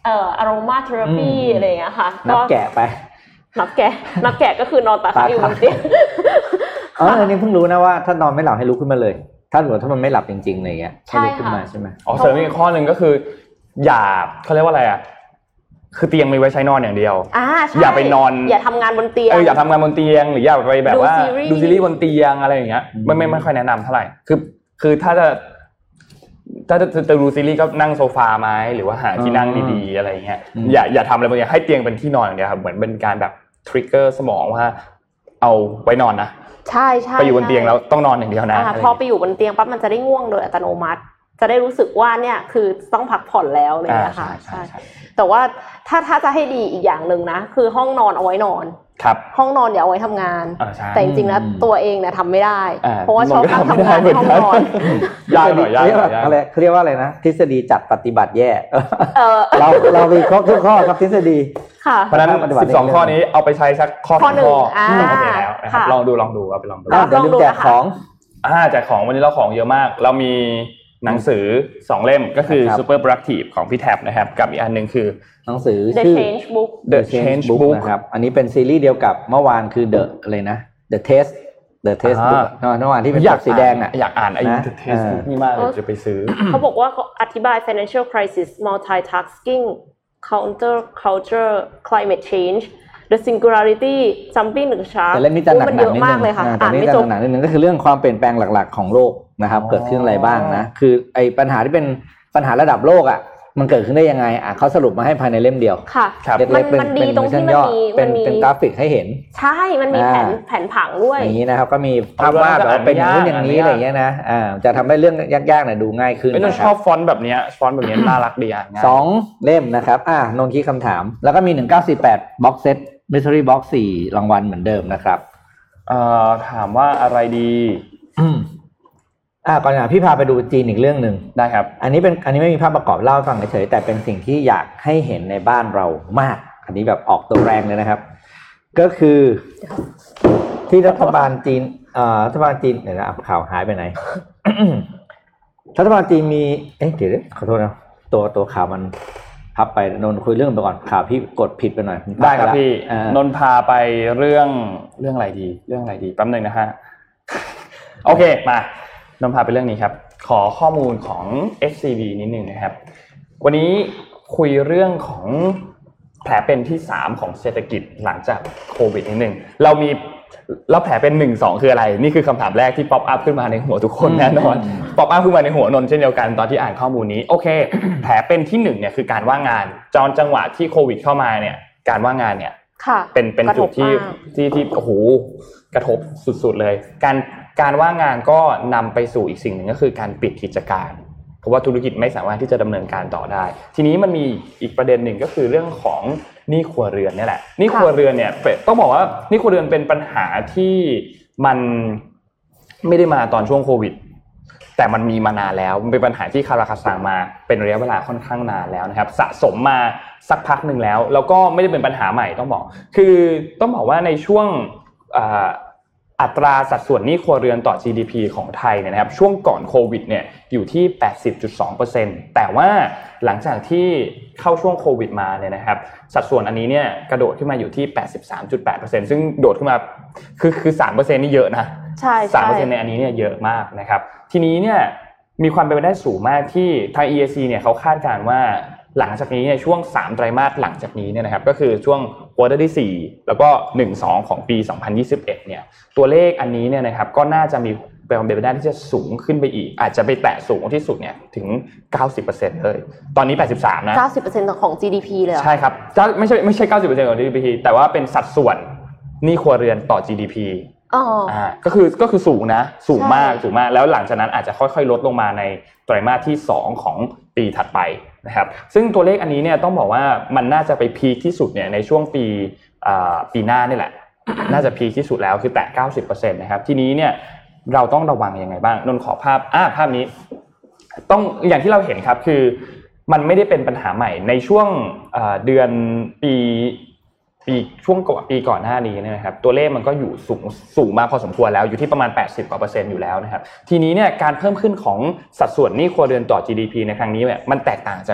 เอ่อ aroma therapy อะไรอย่างเงี้ยค่ะนับแกะไปนับแกะนับแกะก็คือนอนตาค้างอยู่บนเตียงอ๋ออันนี้เพิ่งรู้นะว่าถ้านอนไม่หลับให้ลุกขึ้นมาเลยถ้าหรือถ้ามันไม่หลับจริงๆอะไรเงี้ยให้ลุกขึ้นมาใช่ไหมอ๋อเสริมอีกข้อนึงก็คืออย่าเขาเรียกว่าอะไรอ่ะคือเตียงมีไว้ใช้นอนอย่างเดียวอย่าไปนอนอย่าทำงานบนเตียงเอออย่าทำงานบนเตียงหรืออย่าไปแบบว่าดูซีรีส์บนเตียงอะไรอย่างเงี้ยไม่ไม่ไม่ค่อยแนะนำเท่าไหร่คือคือถ้าจะถ้าจะจะดูซีรีส์ก็นั่งโซฟาไหมหรือว่าหาที่นั่งดีๆอะไรอย่างเงี้ยอย่าอย่าทำอะไรบางอย่างให้เตียงเป็นที่นอนอย่างเดียวครับเหมือนเป็นการแบบทริกเกอร์สมองว่าเอาไว้นอนนะใช่ใช่ไปอยู่บนเตียงแล้วต้องนอนอย่างเดียวนะพอไปอยู่บนเตียงปั๊บมันจะได้ง่วงโดยอัตโนมัติจะได้รู้สึกว่าเนี่ยคือต้องพักผ่อนแล้วเลยนะคะใช่แต่ว่าถ้าถ้าจะให้ดีอีกอย่างนึงนะคือห้องนอนเอาไว้นอนครับห้องนอนอย่าเอาไว้ทำงานแต่จริงๆแล้วตัวเองเนี่ยทำไม่ได้เพราะว่าชอบนั่งทำงานห้องนอนยากหน่อยยากหน่อยอะไรเขาเรียกว่าอะไรนะทฤษฎีจัดปฏิบัติแย่เราเรามีข้อทุกข้อครับทฤษฎีเพราะฉะนั้นสิบสองข้อนี้เอาไปใช้สักข้อหนึ่งข้อโอเคแล้วนะครับลองดูลองดูเอาไปลองดูเดี๋ยวลืมแจกของอ่าแจกของวันนี้เราของเยอะมากเรามีหนังสือสองเล่มก็คือ Super Productive ของพี่แท็บนะครับกับอีกอันนึงคือหนังสือ The ชื่อ Change Book The Change Book นะครับอันนี้เป็นซีรีส์เดียวกับเมื่อวานคือ The อะไรนะ The Test The Test Book เมื่อวานที่เป็นปกสีแดงอ่ะอยากอ่านไอ้ The Test Book นี่มากเลยจะไปซื้อเขาบอกว่าเขาอธิบาย Financial Crisis Multitasking Counter Culture Climate Change The Singularity Jumping the Shark แต่เล่มนี้จะหนักๆนิดนึงอ่านไม่จบหนักๆนิดนึงก็คือเรื่องความเปลี่ยนแปลงหลักๆของโลกนะครับเกิดขึ้นอะไรบ้างนะคือไอ้ปัญหาที่เป็นปัญหาระดับโลกอ่ะมันเกิดขึ้นได้ยังไงอ่ะเขาสรุปมาให้ภายในเล่มเดียวค่ะมันมันดีตรงที่มันมีเป็นเป็นกราฟิกให้เห็นใช่มันมีแผนแผนผังด้วยอย่างนี้นะครับก็มีภาพวาดแบบเป็นอย่างนู้นอย่างนี้อะไรอย่างเงี้ยนะอ่าจะทำให้เรื่องยากๆเนี่ยดูง่ายขึ้นไม่ต้องชอบฟอนต์แบบนี้ฟอนต์แบบนี้น่ารักดีอ่ะสองเล่มนะครับอ่านนท์คิดคำถามแล้วก็มีหนึ่งเก้าสี่แปดบ็อกเซตMystery Box สี่รางวัลเหมือนเดิมนะครับเอ่อถามว่าอะไรดีอืมอ่าก่อนหน้าพี่พาไปดูจีนอีกเรื่องนึงได้ครับอันนี้เป็นอันนี้ไม่มีภาพประกอบเล่าฟังเฉยๆแต่เป็นสิ่งที่อยากให้เห็นในบ้านเรามากอันนี้แบบออกตัวแรงเลยนะครับก็คือที่รัฐบาลจีนเอ่อรัฐบาลจีนเดี๋ยวนะข่าวหายไปไหน รัฐบาลจีนมีเอ๊ะเดี๋ยวขอโทษนะตัวตัวข่าวมันพับไปนนท์คุยเรื่องไปก่อนข่าวพี่กดผิดไปหน่อยได้ครับพี่นนท์พาไปเรื่องเรื่องอะไรดีเรื่องอะไรดีแป๊บนึงนะฮะโอเคมานนท์พาไปเรื่องนี้ครับขอข้อมูลของ เอส ซี บี นิดนึงนะครับวันนี้คุยเรื่องของแผลเป็นที่สามของเศรษฐกิจหลังจากโควิดนิดนึงเรามีแล้วแผลเป็นหนึ่ง สองคืออะไรนี่คือคำถามแรกที่ป๊อปอัพขึ้นมาในหัวทุกคนแน่นอนป๊อปอัพขึ้นมาในหัวนนท์เช่นเดียวกันตอนที่อ่านข้อมูลนี้โอเคแผลเป็นที่หนึ่งเนี่ยคือการว่างงานจอนจังหวะที่โควิดเข้ามาเนี่ยการว่างงานเนี่ยเป็นเป็นจุดที่ที่ที่โอ้โหกระทบสุดๆเลยการการว่างงานก็นำไปสู่อีกสิ่งหนึ่งก็คือการปิดกิจการเพราะว่าธุรกิจไม่สามารถที่จะดำเนินการต่อได้ทีนี้มันมีอีกประเด็นหนึ่งก็คือเรื่องของหนี้ครัวเรือนนี่แหละหนี้ครัวเรือนเนี่ยต้องบอกว่าหนี้ครัวเรือนเป็นปัญหาที่มันไม่ได้มาตอนช่วงโควิดแต่มันมีมานานแล้วมันเป็นปัญหาที่คาราคาซังมาเป็นระยะเวลาค่อนข้างนานแล้วนะครับสะสมมาสักพักนึงแล้วแล้วก็ไม่ได้เป็นปัญหาใหม่ต้องบอกคือต้องบอกว่าในช่วงอัตราสัดส่วนหนี้ครัวเรือนต่อ จี ดี พี ของไทยเนี่ยนะครับช่วงก่อนโควิดเนี่ยอยู่ที่ แปดสิบจุดสองเปอร์เซ็นต์ แต่ว่าหลังจากที่เข้าช่วงโควิดมาเนี่ยนะครับสัดส่วนอันนี้เนี่ยกระโดดขึ้นมาอยู่ที่ แปดสิบสามจุดแปดเปอร์เซ็นต์ ซึ่งโดดขึ้นมาคือคือ สามเปอร์เซ็นต์ นี่เยอะนะใช่ๆสามเปอร์เซ็นต์ ในอันนี้เนี่ยเยอะมากนะครับทีนี้เนี่ยมีความเป็นไปได้สูงมากที่ทาง อี เอ ซี เนี่ยเขาคาดการณ์ว่าหลังจากนี้เนี่ยช่วงสามไตรมาสหลังจากนี้เนี่ยนะครับก็คือช่วงควอเตอร์ที่สี่แล้วก็หนึ่ง สองของปีสองพันยี่สิบเอ็ดเนี่ยตัวเลขอันนี้เนี่ยนะครับก็น่าจะมีเป็นไปได้ที่จะสูงขึ้นไปอีกอาจจะไปแตะสูงที่สุดเนี่ยถึง เก้าสิบเปอร์เซ็นต์ เลยตอนนี้แปดสิบสามนะเก้าสิบเปอร์เซ็นต์ ของ จี ดี พี เลยเหรอใช่ครับไม่ใช่ไม่ใช่ เก้าสิบเปอร์เซ็นต์ ของ จี ดี พี แต่ว่าเป็นสัดส่วนหนี้ครัวเรือนต่อ จี ดี พีอ๋ออ่าก็คือก็คือสูงนะสูงมากสูงมากแล้วหลังจากนั้นอาจจะค่อยๆลดลงมาในไตรมาสที่สองของปีถัดไปนะครับซึ่งตัวเลขอันนี้เนี่ยต้องบอกว่ามันน่าจะไปพีคที่สุดเนี่ยในช่วงปีอ่าปีหน้านี่แหละ น่าจะพีคที่สุดแล้วคือแตะ เก้าสิบเปอร์เซ็นต์ นะครับทีนี้เนี่ยเราต้องระวังยังไงบ้างนนท์ขอภาพอ่าภาพนี้ต้องอย่างที่เราเห็นครับคือมันไม่ได้เป็นปัญหาใหม่ในช่วงอ่าเดือนปีปีช่วงก่อนปีก่อนหน้านี้นะครับตัวเลขมันก็อยู่สูงสูงมาพอสมควรแล้วอยู่ที่ประมาณแปดสิบกว่าเปอร์เซ็นต์อยู่แล้วนะครับทีนี้เนี่ยการเพิ่มขึ้นของสัดส่วนหนี้ครัวเรือนต่อ จี ดี พี ในครั้งนี้เนี่ยมันแตกต่างจาก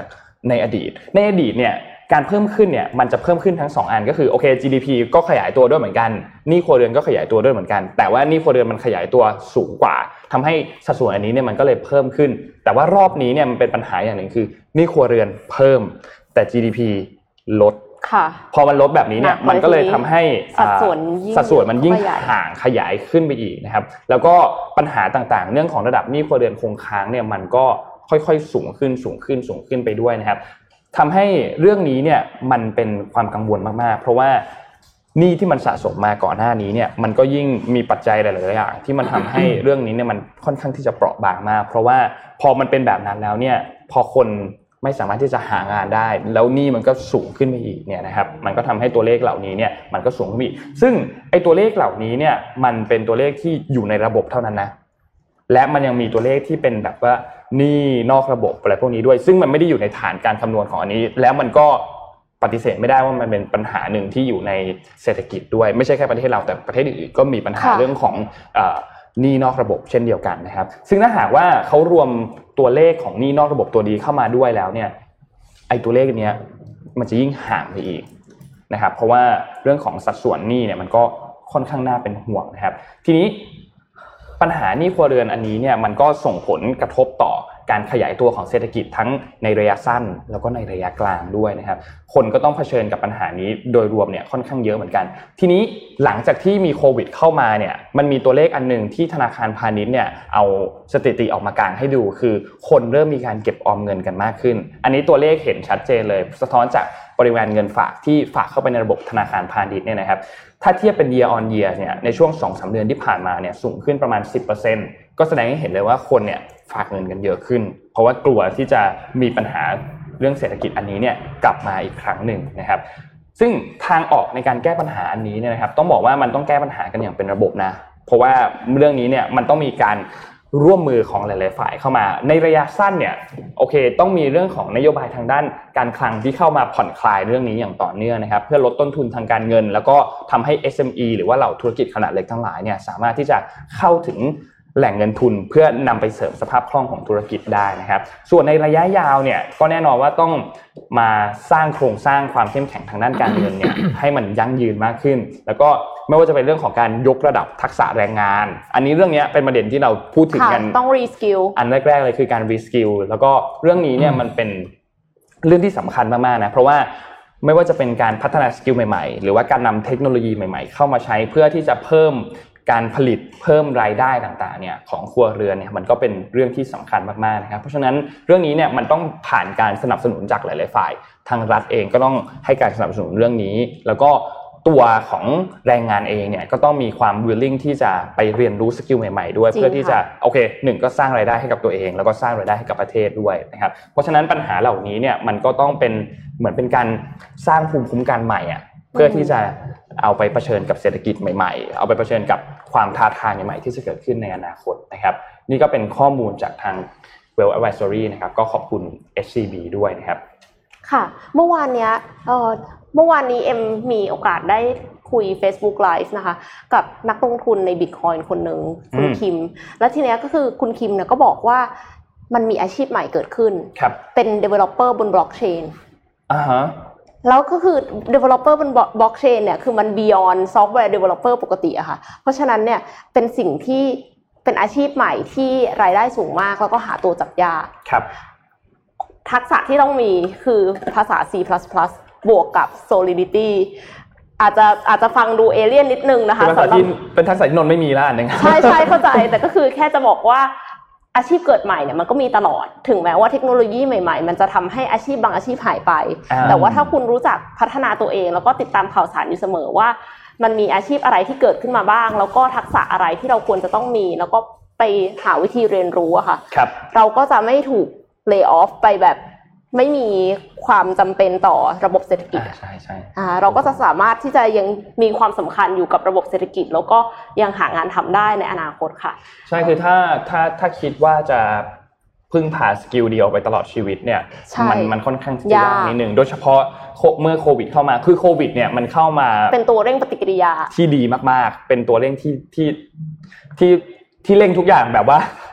ในอดีตในอดีตเนี่ยการเพิ่มขึ้นเนี่ยมันจะเพิ่มขึ้นทั้งสองอันก็คือโอเค จี ดี พี ก็ขยายตัวด้วยเหมือนกันหนี้ครัวเรือนก็ขยายตัวด้วยเหมือนกันแต่ว่าหนี้ครัวเรือนมันขยายตัวสูงกว่าทำให้สัดส่วนอันนี้เนี่ยมันก็เลยเพิ่มขึ้นแต่ว่ารอบนี้เนี่ยมันเป็นปัญหาอย่างหนึ่งคือหนี้ครัวเรือนเพิ่มแต่ จี ดี พี ลดค่ะพอมันลดแบบนี้เนี่ยมันก็เลยทำให้สัดส่วนสัดส่วนมันยิ่งห่างขยายขึ้นไปอีกนะครับแล้วก็ปัญหาต่างๆเรื่องของระดับหนี้ครัวเรือนคงค้างเนี่ยมันก็ค่อยๆสูงขึ้นสูงขึ้นสูงขึ้นไปด้วยนะครับทำให้เรื่องนี้เนี่ยมันเป็นความกังวลมากๆเพราะว่าหนี้ที่มันสะสมมาก่อนหน้านี้เนี่ยมันก็ยิ่งมีปัจจัยหลายๆอย่างที่มันทำให้เรื่องนี้เนี่ยมันค่อนข้างที่จะเปราะบางมากเพราะว่าพอมันเป็นแบบนั้นแล้วเนี่ยพอคนไม่สามารถที่จะหางานได้แล้วหนี้มันก็สูงขึ้นไปอีกเนี่ยนะครับมันก็ทำให้ตัวเลขเหล่านี้เนี่ยมันก็สูงขึ้นอีกซึ่งไอ้ตัวเลขเหล่านี้เนี่ยมันเป็นตัวเลขที่อยู่ในระบบเท่านั้นนะและมันยังมีตัวเลขที่เป็นแบบว่าหนี้นอกระบบอะไรพวกนี้ด้วยซึ่งมันไม่ได้อยู่ในฐานการคำนวณของอันนี้แล้วมันก็ปฏิเสธไม่ได้ว่ามันเป็นปัญหาหนึ่งที่อยู่ในเศรษฐกิจด้วยไม่ใช่แค่ประเทศเราแต่ประเทศอื่นก็มีปัญหาเรื่องของเอ่อหนี้นอกระบบเช่นเดียวกันนะครับซึ่งถ้าหากว่าเขารวมตัวเลขของหนี้นอกระบบตัวดีเข้ามาด้วยแล้วเนี่ยไอ้ตัวเลขเนี้ยมันจะยิ่งห่างไปอีกนะครับเพราะว่าเรื่องของสัดส่วนหนี้เนี่ยมันก็ค่อนข้างน่าเป็นห่วงนะครับทีนี้ปัญหาหนี้ครัวเรือนอันนี้เนี่ยมันก็ส่งผลกระทบต่อการขยายตัวของเศรษฐกิจทั้งในระยะสั้นแล้วก็ในระยะกลางด้วยนะครับคนก็ต้องเผชิญกับปัญหานี้โดยรวมเนี่ยค่อนข้างเยอะเหมือนกันทีนี้หลังจากที่มีโควิดเข้ามาเนี่ยมันมีตัวเลขอันนึงที่ธนาคารพาณิชย์เนี่ยเอาสถิติออกมากางให้ดูคือคนเริ่มมีการเก็บออมเงินกันมากขึ้นอันนี้ตัวเลขเห็นชัดเจนเลยสะท้อนจากปริมาณเงินฝากที่ฝากเข้าไปในระบบธนาคารพาณิชย์เนี่ยนะครับถ้าเทียบเป็น year on year เนี่ยในช่วง สองถึงสาม เดือนที่ผ่านมาเนี่ยสูงขึ้นประมาณ สิบเปอร์เซ็นต์ ก็แสดงให้เห็นเลยว่าคนเนี่ยฝากเงินกันเยอะขึ้นเพราะว่ากลัวที่จะมีปัญหาเรื่องเศรษฐกิจอันนี้เนี่ยกลับมาอีกครั้งหนึ่งนะครับซึ่งทางออกในการแก้ปัญหาอันนี้เนี่ยนะครับต้องบอกว่ามันต้องแก้ปัญหากันอย่างเป็นระบบนะเพราะว่าเรื่องนี้เนี่ยมันต้องมีการร่วมมือของหลายๆฝ่ายเข้ามาในระยะสั้นเนี่ยโอเคต้องมีเรื่องของนโยบายทางด้านการคลังที่เข้ามาผ่อนคลายเรื่องนี้อย่างต่อเนื่องนะครับเพื่อลดต้นทุนทางการเงินแล้วก็ทำให้ เอส เอ็ม อี หรือว่าเหล่าธุรกิจขนาดเล็กทั้งหลายเนี่ยสามารถที่จะเข้าถึงแหล่งเงินทุนเพื่อนำไปเสริมสภาพคล่องของธุรกิจได้นะครับส่วนในระยะยาวเนี่ยก็แน่นอนว่าต้องมาสร้างโครงสร้างความเข้มแข็งทางด้านการเงินเนี่ยให้มันยั่งยืนมากขึ้นแล้วก็ไม่ว่าจะเป็นเรื่องของการยกระดับทักษะแรงงานอันนี้เรื่องนี้เป็นประเด็นที่เราพูดถึงกันต้องรีสกิลอันแรกๆเลยคือการรีสกิลแล้วก็เรื่องนี้เนี่ยมันเป็นเรื่องที่สำคัญมากๆนะเพราะว่าไม่ว่าจะเป็นการพัฒนาสกิลใหม่ๆหรือว่าการนำเทคโนโลยีใหม่ๆเข้ามาใช้เพื่อที่จะเพิ่มการผลิตเพิ่มรายได้ต่างๆเนี่ยของครัวเรือนเนี่ยมันก็เป็นเรื่องที่สำคัญมากๆนะครับเพราะฉะนั้นเรื่องนี้เนี่ยมันต้องผ่านการสนับสนุนจากหลายๆฝ่ายทางรัฐเองก็ต้องให้การสนับสนุนเรื่องนี้แล้วก็ตัวของแรงงานเองเนี่ยก็ต้องมีความ willing ที่จะไปเรียนรู้สกิลใหม่ๆด้วยเพื่อที่จะโอเคหนึ่งก็สร้างรายได้ให้กับตัวเองแล้วก็สร้างรายได้ให้กับประเทศด้วยนะครับเพราะฉะนั้นปัญหาเหล่านี้เนี่ยมันก็ต้องเป็นเหมือนเป็นการสร้างภูมิคุ้มกันใหม่อ่ะเพื่อที่จะเอาไปเผชิญกับเศรษฐกิจใหม่ๆเอาไปเผชิญกับความท้าทายใหม่ๆที่จะเกิดขึ้นในอนาคตนะครับนี่ก็เป็นข้อมูลจากทาง Wealth Advisory นะครับก็ขอบคุณ เอส ซี บี ด้วยนะครับค่ะเมื่อวานเนี้ยเอ่อเมื่อวานนี้เอ็มมีโอกาสได้คุย Facebook Live นะคะกับนักลงทุนใน Bitcoin คนหนึ่งคุณคิมแล้วทีเนี้ยก็คือคุณคิมเนี่ยก็บอกว่ามันมีอาชีพใหม่เกิดขึ้นเป็น developer บน blockchain อ่าฮะแล้วก็คือ developer บน blockchain เนี่ยคือมัน beyond software developer ปกติอะค่ะเพราะฉะนั้นเนี่ยเป็นสิ่งที่เป็นอาชีพใหม่ที่รายได้สูงมากแล้วก็หาตัวจับยากครับทักษะที่ต้องมีคือภาษา C++ บวกกับ Solidity อาจจะอาจจะฟังดูเอเลี่ยนนิดนึงนะคะเป็นทักษะที่เป็นทักษะที่นนไม่มีแล้วอันนึงใช่ใช่เข้าใจแต่ก็คือแค่จะบอกว่าอาชีพเกิดใหม่เนี่ยมันก็มีตลอดถึงแม้ว่าเทคโนโลยีใหม่ๆมันจะทำให้อาชีพบางอาชีพหายไปแต่ว่าถ้าคุณรู้จักพัฒนาตัวเองแล้วก็ติดตามข่าวสารอยู่เสมอว่ามันมีอาชีพอะไรที่เกิดขึ้นมาบ้างแล้วก็ทักษะอะไรที่เราควรจะต้องมีแล้วก็ไปหาวิธีเรียนรู้อะค่ะเราก็จะไม่ถูกเลย์ออฟไปแบบไม่มีความจำเป็นต่อระบบเศรษฐกิจใช่ใช่เราก็จะสามารถที่จะยังมีความสำคัญอยู่กับระบบเศรษฐกิจแล้วก็ยังหางานทำได้ในอนาคตค่ะใช่คือถ้าถ้าถ้าคิดว่าจะพึ่งพาสกิลเดียวไปตลอดชีวิตเนี่ยมันมันค่อนข้างยากนิดนึงโดยเฉพาะเมื่อโควิดเข้ามาคือโควิดเนี่ยมันเข้ามาเป็นตัวเร่งปฏิกิริยาที่ดีมากๆเป็นตัวเร่งที่ที่ที่ที่เร่งทุกอย่างแบบว่า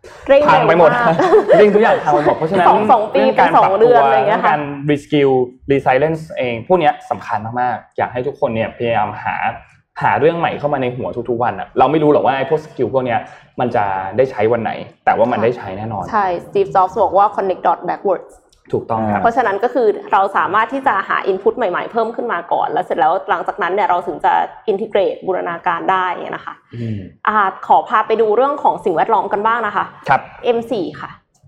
พังไปหมดเร่งทุกอย่างพังไปหมดเพราะฉะนั้นสองปีเป็นสองเดือนอะไรเงี้ยค่ะการ reskill resilience เองพวกนี้สำคัญมากๆอยากให้ทุกคนเนี่ยพยายามหาหาเรื่องใหม่เข้ามาในหัวทุกๆวันอ่ะเราไม่รู้หรอกว่าไอ้พวกสกิลพวกเนี้ยมันจะได้ใช้วันไหนแต่ว่ามันได้ใช้แน่นอนใช่ Steve Jobs บอกว่า connect dot backwards ถูกต้องครับเพราะฉะนั้นก็คือเราสามารถที่จะหา input ใหม่ๆเพิ่มขึ้นมาก่อนแล้วเสร็จแล้วหลังจากนั้นเนี่ยเราถึงจะ integrate บูรณาการได้นะคะอ่าขอพาไปดูเรื่องของสิ่งแวดล้อมกันบ้างนะคะครับเอ็ม โฟร์ ค่ะ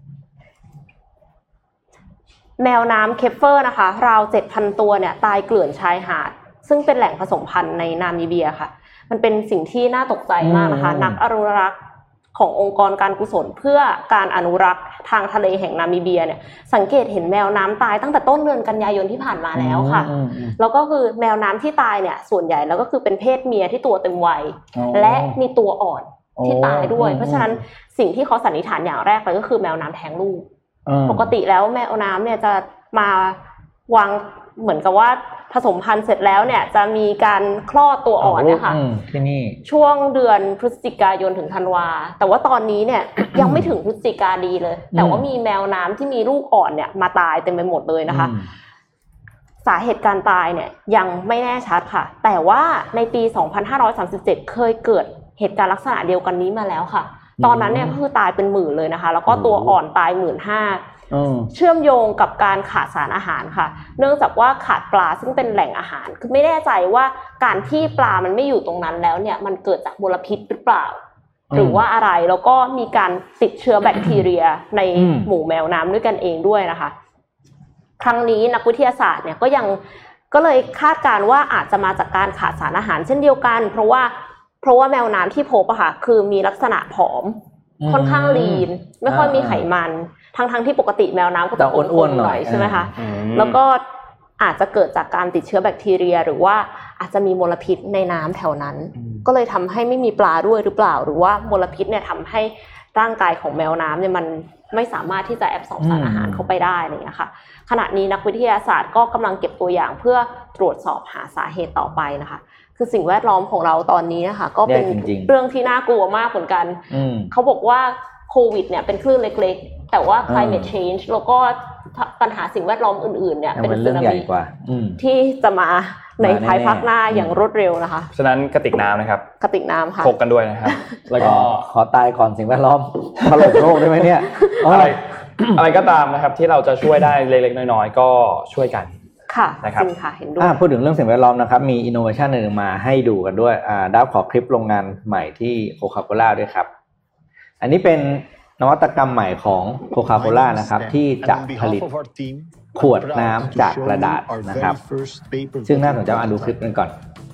แมวน้ำเคปเฟอร์นะคะราว เจ็ดพัน ตัวเนี่ยตายเกลื่อนชายหาดซึ่งเป็นแหล่งผสมพันธุ์ในนามิเบียค่ะมันเป็นสิ่งที่น่าตกใจมากนะคะนักอนุรักษ์ขององค์กรการกุศลเพื่อการอนุรักษ์ทางทะเลแห่งนามิเบียเนี่ยสังเกตเห็นแมวน้ำตายตั้งแต่ต้นเดือนกันยายนที่ผ่านมาแล้วค่ะแล้วก็คือแมวน้ำที่ตายเนี่ยส่วนใหญ่แล้วก็คือเป็นเพศเมียที่ตัวเต็มวัยและมีตัวอ่อนที่ตายด้วยเพราะฉะนั้นสิ่งที่เขาสันนิษฐานอย่างแรกเลยก็คือแมวน้ำแท้งลูกปกติแล้วแมวน้ำเนี่ยจะมาวางเหมือนกับว่าผสมพันธุ์เสร็จแล้วเนี่ยจะมีการคลอดตัวอ่อนนะคะที่นี่ช่วงเดือนพฤศจิกายนถึงธันวาแต่ว่าตอนนี้เนี่ย ยังไม่ถึงพฤศจิกาดีเลยแต่ว่ามีแมวน้ำที่มีลูกอ่อนเนี่ยมาตายเต็มไปหมดเลยนะคะสาเหตุการตายเนี่ยยังไม่แน่ชัดค่ะแต่ว่าในปีสองพันห้าร้อยสามสิบเจ็ดเคยเกิดเหตุการณ์ลักษณะเดียวกันนี้มาแล้วค่ะตอนนั้นเนี่ยก็คือตายเป็นหมื่นเลยนะคะแล้วก็ตัวอ่อนตาย หนึ่งหมื่นห้าพันเชื่อมโยงกับการขาดสารอาหารค่ะเนื่องจากว่าขาดปลาซึ่งเป็นแหล่งอาหารคือไม่แน่ใจว่าการที่ปลามันไม่อยู่ตรงนั้นแล้วเนี่ยมันเกิดจากมลพิษหรือเปล่าหรือว่าอะไรแล้วก็มีการติดเชื้อแบคทีเรียในหมู่แมวน้ำด้วยกันเองด้วยนะคะครั้งนี้นักวิทยาศาสตร์เนี่ยก็ยังก็เลยคาดการณ์ว่าอาจจะมาจากการขาดสารอาหารเช่นเดียวกันเพราะว่าเพราะว่าแมวน้ำที่พบอะค่ะคือมีลักษณะผอมค่อนข้างลีนไม่ค่อยมีไขมันทั้งๆที่ปกติแมวน้ำก็จะอ้วนๆหน่อยใช่ไหมคะแล้วก็อาจจะเกิดจากการติดเชื้อแบคทีเรียหรือว่าอาจจะมีมลพิษในน้ำแถวนั้นก็เลยทำให้ไม่มีปลาด้วยหรือเปล่าหรือว่ามลพิษเนี่ยทำให้ร่างกายของแมวน้ำเนี่ยมันไม่สามารถที่จะแอบส่องสารอาหารเข้าไปได้อะไรอย่างเงี้ยค่ะขณะนี้นักวิทยาศาสตร์ก็กำลังเก็บตัวอย่างเพื่อตรวจสอบหาสาเหตุต่อไปนะคะคือสิ่งแวดล้อมของเราตอนนี้นะคะก็เป็นเรื่องที่น่ากลัวมากเหมือนกันเขาบอกว่าโควิดเนี่ยเป็นคลื่นเล็กๆแต่ว่า climate change แล้วก็ปัญหาสิ่งแวดล้อมอื่นๆเนี่ยเป็นเรื่องใหญ่กว่าที่จะมาในภายภาคหน้าอย่างรวดเร็วนะคะฉะนั้นกระติกน้ำนะครับกระติกน้ำค่ะพกกันด้วยนะครับแล้วก็ขอตายก่อนสิ่งแวดล้อมถล่มโลกได้ไหมเนี่ยอะไรอะไรก็ตามนะครับที่เราจะช่วยได้เล็กๆน้อยๆก็ช่วยกันค่ะจริงค่ะเห็นด้วยพูดถึงเรื่องสิ่งแวดล้อมนะครับมีอินโนเวชันหนึ่งมาให้ดูกันด้วยอ่าดาวขอคลิปโรงงานใหม่ที่โคคาโคล่าด้วยครับอันนี้เป็นนวัตกรรมใหม่ของโคคาโคล่านะครับที่จะผลิตขวดน้ำจากกระดาษนะครับซึ่งน่าสนใจมาดูคลิปกันก่อน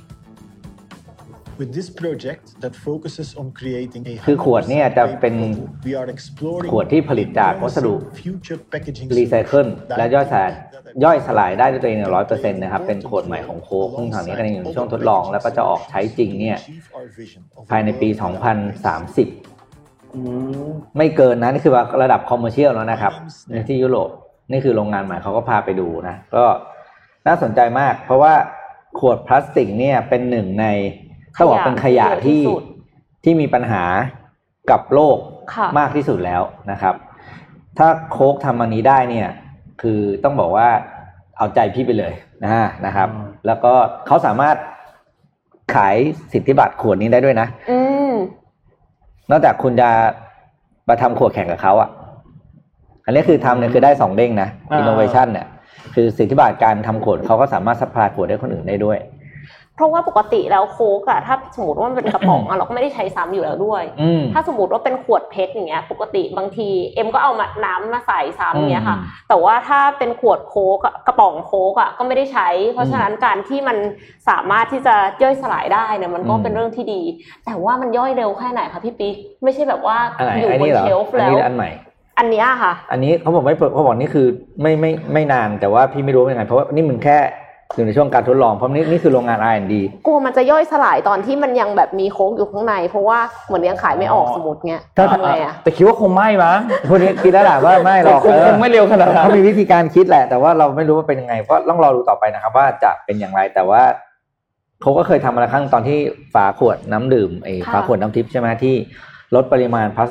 คือขวดเนี่ยจะเป็นขวดที่ผลิตจากวัสดุรีไซเคิลและย่อยสลายย่อยสลายได้ด้วยตัวเอง ร้อยเปอร์เซ็นต์ นะครับเป็นขวดใหม่ของโค้กซึ่งทางนี้ก็ยังอยู่ในช่วงทดลองแล้วก็จะออกใช้จริงเนี่ยภายในปีสองพันสามสิบไม่เกินนะนี่คือระดับคอมเมอร์เชียลแล้วนะครับในที่ยุโรปนี่คือโรงงานใหม่เขาก็พาไปดูนะก็น่าสนใจมากเพราะว่าขวดพลาสติกเนี่ยเป็นหนึ่งในเขาบอกเป็นขยะที่ที่มีปัญหากับโลกมากที่สุดแล้วนะครับถ้าโค้กทำอันนี้ได้เนี่ยคือต้องบอกว่าเอาใจพี่ไปเลยนะนะครับแล้วก็เขาสามารถขายสิทธิบัตรขวดนี้ได้ด้วยนะนอกจากคุณจะมาทำขวดแข่งกับเขาอ่ะอันนี้คือทำเนี่ยคือได้สองเด้งนะ innovation เนี่ยคือสิทธิบัตรการทำขวดเขาก็สามารถซัพพลายขวดให้คนอื่นได้ด้วยเพราะว่าปกติแล้วโค้กอะถ้าสมมติว่ามันเป็นกระป๋องอะเราก็ไม่ได้ใช้ซ้ำอยู่แล้วด้วยถ้าสมมติว่าเป็นขวดเพชรอย่างเงี้ยปกติบางทีเอ็มก็เอามาน้ำมาใส่ซ้ำอย่างเงี้ยค่ะแต่ว่าถ้าเป็นขวดโค้กกระป๋องโค้กอะก็ไม่ได้ใช้เพราะฉะนั้นการที่มันสามารถที่จะย่อยสลายได้เนี่ยมันก็เป็นเรื่องที่ดีแต่ว่ามันย่อยเร็วแค่ไหนคะพี่ปิ๊กไม่ใช่แบบว่าอยู่บนเชลฟ์แล้วอันใหม่อันนี้ค่ะอันนี้เขาบอกไม่เขาบอกนี่คือไม่ไม่ไม่นานแต่ว่าพี่ไม่รู้เป็นยังไงเพราะว่านี่มันแค่อยู่ในช่วงการทดลองเพราะนี่นี่คือโรงงาน อาร์ แอนด์ ดีกลัวมันจะย่อยสลายตอนที่มันยังแบบมีโค้กอยู่ข้างในเพราะว่าเหมือนยังขายไม่ออกสมุดเงี้ยทำไงอ่ะแต่คิดว่าคงไม่มั้งพวกนี้คิดแล้วแหละว่าไม่หรอกคงไม่เร็วขนาดนั้นเขามีวิธีการคิดแหละแต่ว่าเราไม่รู้ว่าเป็นยังไงเพราะต้องรอดูต่อไปนะครับว่าจะเป็นอย่างไรแต่ว่าเขาก็เคยทำมาแล้วครั้งตอนที่ฝาขวดน้ำดื่มไอ้ฝาขวดน้ำทิพย์ใช่ไหมที่ลดปริมาณพลาสติก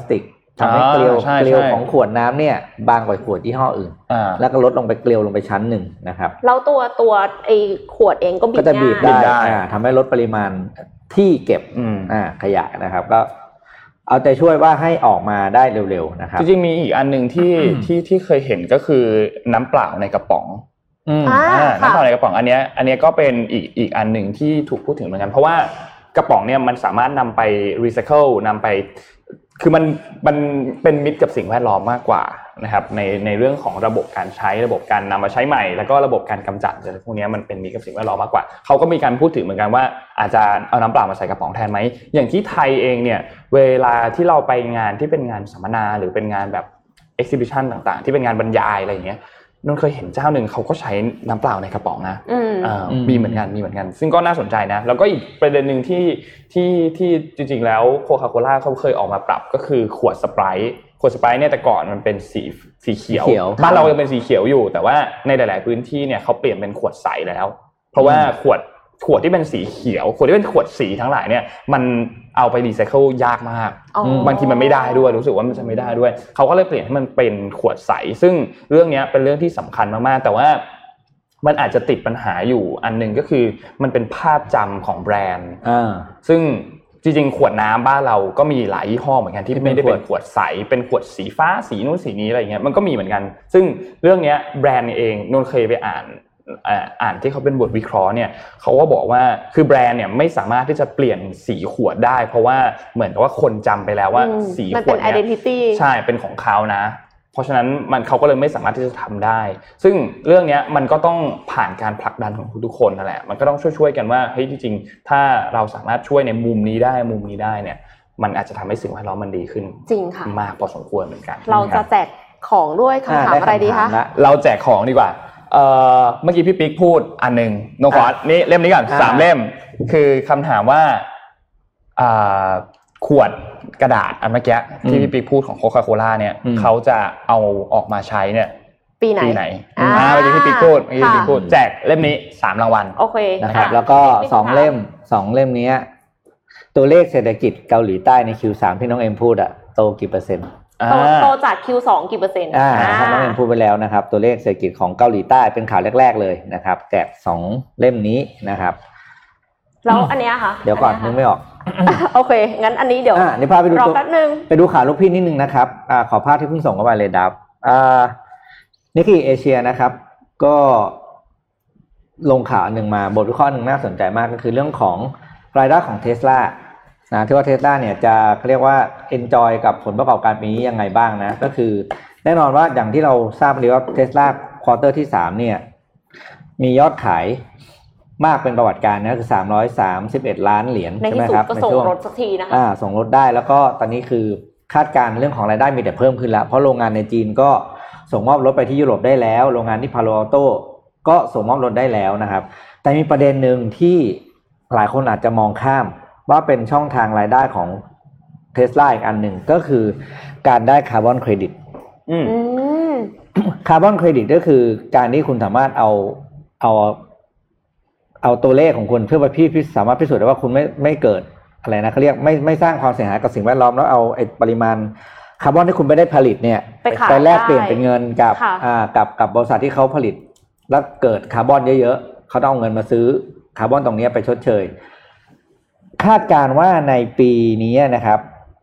ทำให้เกลียวเกลียวของขวดน้ำเนี่ยบางกว่าขวดยี่ห้ออื่นแล้วก็ลดลงไปเกลียวลงไปชั้นหนึ่งนะครับแล้วตัวตัวไอ้ขวดเองก็บีบก็จะบีบได้ทำให้ลดปริมาณที่เก็บขยะนะครับก็เอาใจช่วยว่าให้ออกมาได้เร็วๆนะครับจริงๆมีอีกอันนึงที่ที่ที่เคยเห็นก็คือน้ำเปล่าในกระป๋องอ่าน้ำเปล่าในกระป๋องอันเนี้ยอันเนี้ยก็เป็นอีกอีกอันหนึ่งที่ถูกพูดถึงเหมือนกันเพราะว่ากระป๋องเนี่ยมันสามารถนำไปรีไซเคิลนำไปคือมันมันเป็นมิตรกับสิ่งแวดล้อมมากกว่านะครับในในเรื่องของระบบการใช้ระบบการนำมาใช้ใหม่แล้วก็ระบบการกำจัดอะไรพวกนี้มันเป็นมิตรกับสิ่งแวดล้อมมากกว่าเขาก็มีการพูดถึงเหมือนกันว่าอาจจะเอาน้ำเปล่ามาใส่กระป๋องแทนไหมอย่างที่ไทยเองเนี่ยเวลาที่เราไปงานที่เป็นงานสัมมนาหรือเป็นงานแบบเอ็กซิบิชันต่างๆที่เป็นงานบรรยายอะไรอย่างเงี้ยนนเคยเห็นเจ้าหนึ่งเขาก็ใช้น้ำเปล่าในกระป๋องนะมีเหมือนกันมีเหมือนกันซึ่งก็น่าสนใจนะแล้วก็อีกประเด็นหนึ่งที่ที่ที่จริงๆแล้วโคคาโคล่าเขาเคยออกมาปรับก็คือขวดสไปร์ขวดสไปร์เนี่ยแต่ก่อนมันเป็นสีสีเขียวบ้านเรายังเป็นสีเขียวอยู่แต่ว่าในหลายๆพื้นที่เนี่ยเขาเปลี่ยนเป็นขวดใสแล้วเพราะว่าขวดขวดที่เป็นสีเขียวขวดที่เป็นขวดสีทั้งหลายเนี่ยมันเอาไปรีไซเคิลยากมากบางทีมันไม่ได้ด้วยรู้สึกว่ามันจะไม่ได้ด้วยเขาก็เลยเปลี่ยนให้มันเป็นขวดใสซึ่งเรื่องนี้เป็นเรื่องที่สำคัญมากๆแต่ว่ามันอาจจะติดปัญหาอยู่อันนึงก็คือมันเป็นภาพจำของแบรนด์ซึ่งจริงๆขวดน้ำบ้านเราก็มีหลายยี่ห้อเหมือนกันที่ไม่ได้เป็นขวดใสเป็นขวดสีฟ้าสีนู้นสีนี้อะไรอย่างเงี้ยมันก็มีเหมือนกันซึ่งเรื่องนี้แบรนด์เองนนเคยไปอ่านอ่านที่เขาเป็นบทวิเคราะห์เนี่ยเขาก็บอกว่าคือแบรนด์เนี่ยไม่สามารถที่จะเปลี่ยนสีขวดได้เพราะว่าเหมือนกับว่าคนจำไปแล้วว่าสีขวดเนี่ยใช่เป็นของเขานะเพราะฉะนั้นมันเขาก็เลยไม่สามารถที่จะทำได้ซึ่งเรื่องนี้มันก็ต้องผ่านการผลักดันของทุกๆคนนั่นแหละมันก็ต้องช่วยๆกันว่าเฮ้ยจริงๆถ้าเราสามารถช่วยในมุมนี้ได้มุมนี้ได้เนี่ยมันอาจจะทำให้สิ่งแวดล้อมมันดีขึ้นจริงค่ะมากพอสมควรเหมือนกันเราจะแจกของด้วยคำถามอะไรดีคะเราแจกของดีกว่าเอ่อเมื่อกี้พี่ปิ๊กพูดอันนึงโนขอนี่เล่มนี้ก่อนสามเล่มคือคำถามว่าอ่าขวดกระดาษอันเมื่อกี้ที่พี่ปิ๊กพูดของโคคาโคล่าเนี่ยเขาจะเอาออกมาใช้เนี่ยปีไหนปีไหนอ่าเมื่อกี้พี่ปิ๊กพูดเมื่อกี้พี่ปิ๊กพูดแจกเล่มนี้สามรางวัลโอเคนะครับแล้วก็สองเล่มสองเล่มนี้ตัวเลขเศรษฐกิจเกาหลีใต้ใน คิว สาม ที่น้องเอ็มพูดอะโตกี่เปอร์เซ็นต์โตโตจาก คิว สอง กี่เปอร์เซ็นต์อ่าครับน้องเอ็มพูดไปแล้วนะครับตัวเลขเศรษฐกิจของเกาหลีใต้เป็นข่าวแรกๆเลยนะครับแจกสองเล่มนี้นะครับแล้วอันเนี้ยค่ะเดี๋ยวก่อนนึกไม่ออกโอเคงั้นอันนี้เดี๋ยวอ่านี่พาไปดูรอแป๊บนึงไปดูข่าวลูกพี่นิดนึงนะครับอ่าขอภาพที่เพิ่งส่งเข้ามาเลยดับอ่านี่คือเอเชียนะครับก็ลงข่าวหนึ่งมาบทวิเคราะห์หนึ่งน่าสนใจมากก็คือเรื่องของรายได้ของ Tesla นะที่ว่า Tesla เนี่ยจะเรียกว่า enjoy กับผลประกอบการปีนี้ยังไงบ้างนะก็คือแน่นอนว่าอย่างที่เราทราบเลยว่า Tesla ควอเตอร์ที่สามเนี่ยมียอดขายมากเป็นประวัติการนะคือสามร้อยสามสิบเอ็ดล้านเหรียญใช่ไหมครับในที่สุดก็ส่งรถสักทีนะคะอ่าส่งรถได้แล้วก็ตอนนี้คือคาดการณ์เรื่องของรายได้มีแต่เพิ่มขึ้นแล้วเพราะโรงงานในจีนก็ส่งมอบรถไปที่ยุโรปได้แล้วโรงงานที่พาโลอัลโตก็ส่งมอบรถได้แล้วนะครับแต่มีประเด็นหนึ่งที่หลายคนอาจจะมองข้ามว่าเป็นช่องทางรายได้ของ Tesla อีกอันหนึ่งก็คือการได้คาร์บอนเครดิตอืมคาร์บอนเครดิตก็คือการที่คุณสามารถเอาเอาเอาตัวเลขของคุณเพื่อไปพี่สามารถพิสูจน์ได้ว่าคุณไม่ไม่เกิดอะไรนะเขาเรียกไม่ไม่สร้างความเสียหายกับสิ่งแวดล้อมแล้วเอาไอ้ปริมาณคาร์บอนที่คุณไม่ได้ผลิตเนี่ยไปแลกเปลี่ยนเป็นเงินกับอ่ากับกับบริษัทที่เขาผลิตแล้วเกิดคาร์บอนเยอะๆเขาต้องเอาเงินมาซื้อคาร์บอนตรงนี้ไปชดเชยคาดการณ์ว่าในปีนี้นะครับ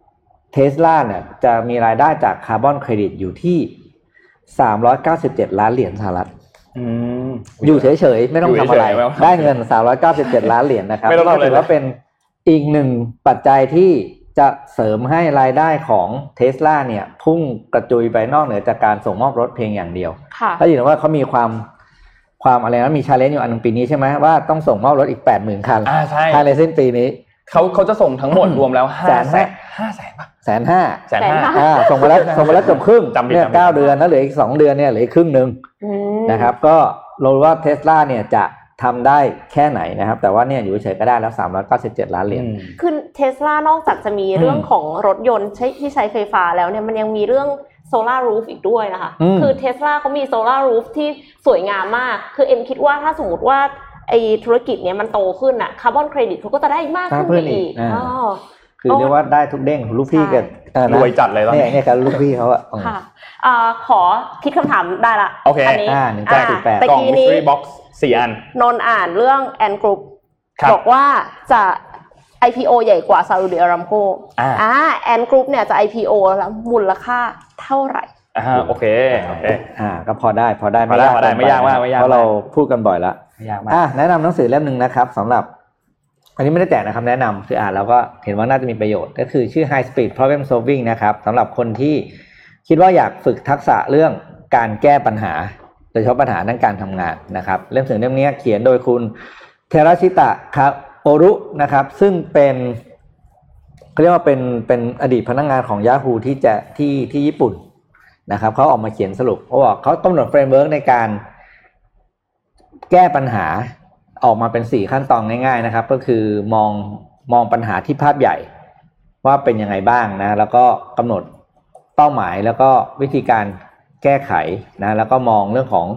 Tesla เนี่ยจะมีรายได้จากคาร์บอนเครดิตอยู่ที่สามร้อยเก้าสิบเจ็ดล้านเหรียญสหรัฐอืมอยู่เฉยๆไม่ต้องทำอะไรได้เงินสามร้อยเก้าสิบเจ็ดล้านเหรียญนะครับก็ถือว่าเป็นอีกหนึ่งปัจจัยที่จะเสริมให้รายได้ของ Tesla เนี่ยพุ่งกระจุยไปนอกเหนือจากการส่งมอบรถเพียงอย่างเดียวถ้าเห็นว่าเขามีความความอะไรนะมี challenge อยู่อันนึงปีนี้ใช่ไหมว่าต้องส่งมอบรถอีก แปดหมื่น คันอ่าใช่ภายในสิ้นปีนี้เขาเขาจะส่งทั้งหมดรวมแล้วห้าแสนห้าแสนป่ะแสนห้าแสนห้าอ่าส่งมาแล้วส่งมาแล้วเกือบครึ่งเนี่ยเก้าเดือนแล้วเหลืออีกสองเดือนเนี่ยเหลืออีกครึ่งนึงนะครับก็รู้ว่า Tesla เนี่ยจะทำได้แค่ไหนนะครับแต่ว่าเนี่ยอยู่เฉยๆก็ได้แล้วสามร้อยเก้าสิบเจ็ดล้านเหรียญคือ Tesla นอกจากจะมีเรื่องของรถยนต์ที่ใช้ไฟฟ้าแล้วเนี่ยมันยังมีเรื่องโซล่ารูฟอีกด้วยนะคะคือ Tesla เขามีโซล่ารูฟที่สวยงามมากคือเอ็มคิดว่าถ้าสมมติว่าไอ้ธุรกิจเนี้ยมันโตขึ้นน่ะคาร์บอนเครดิตเขาก็จะได้มากขึ้นไปอีกอ๋อคือเรียกว่าได้ทุกเด้งลูกพี่กับรวยจัดเลยตอนนี้เนี่ยครับลูกพี่เขาอ่ะค่ะขอคิดคำถามได้ละโอเคอันนี้หนึ่งเก้าสี่แปดตะกี้นี้ mystery box สี่อันนนอ่านเรื่อง Ant Group บอกว่าจะ ไอ พี โอ ใหญ่กว่า Saudi Aramco อ่า Ant Group เนี่ยจะ ไอ พี โอ แล้วมูลค่าเท่าไหร่อ่าโอเคโอเคอ่าก็พอได้พอได้ไม่ยากไม่ยากมากไม่ยากเพราะเราพูดกันบ่อยละไม่ยากมากอ่าแนะนำหนังสือเล่มนึงนะครับสำหรับอันนี้ไม่ได้แจกนะครับแนะนำคืออ่านแล้วก็เห็นว่าน่าจะมีประโยชน์ก็คือชื่อ High Speed Problem Solving นะครับสำหรับคนที่คิดว่าอยากฝึกทักษะเรื่องการแก้ปัญหาโดยเฉพาะปัญหาด้านการทำงานนะครับเล่มหนังสือเล่มนี้เขียนโดยคุณเทราชิตะคาโอรุนะครับซึ่งเป็นเขาเรียกว่าเป็นเป็นอดีตพนักงานของ Yahoo ที่จะที่ที่ญี่ปุ่นนะครับเขาออกมาเขียนสรุปเขาบอกเขากำหนดเฟรมเวิร์กในการแก้ปัญหาออกมาเป็นสี่ขั้นตอนง่ายๆนะครับก็คือมองมองปัญหาที่ภาพใหญ่ว่าเป็นยังไงบ้างนะแล้วก็กำหนดเป้าหมายแล้วก็วิธีการแก้ไขนะแล้วก็มองเรื่องของ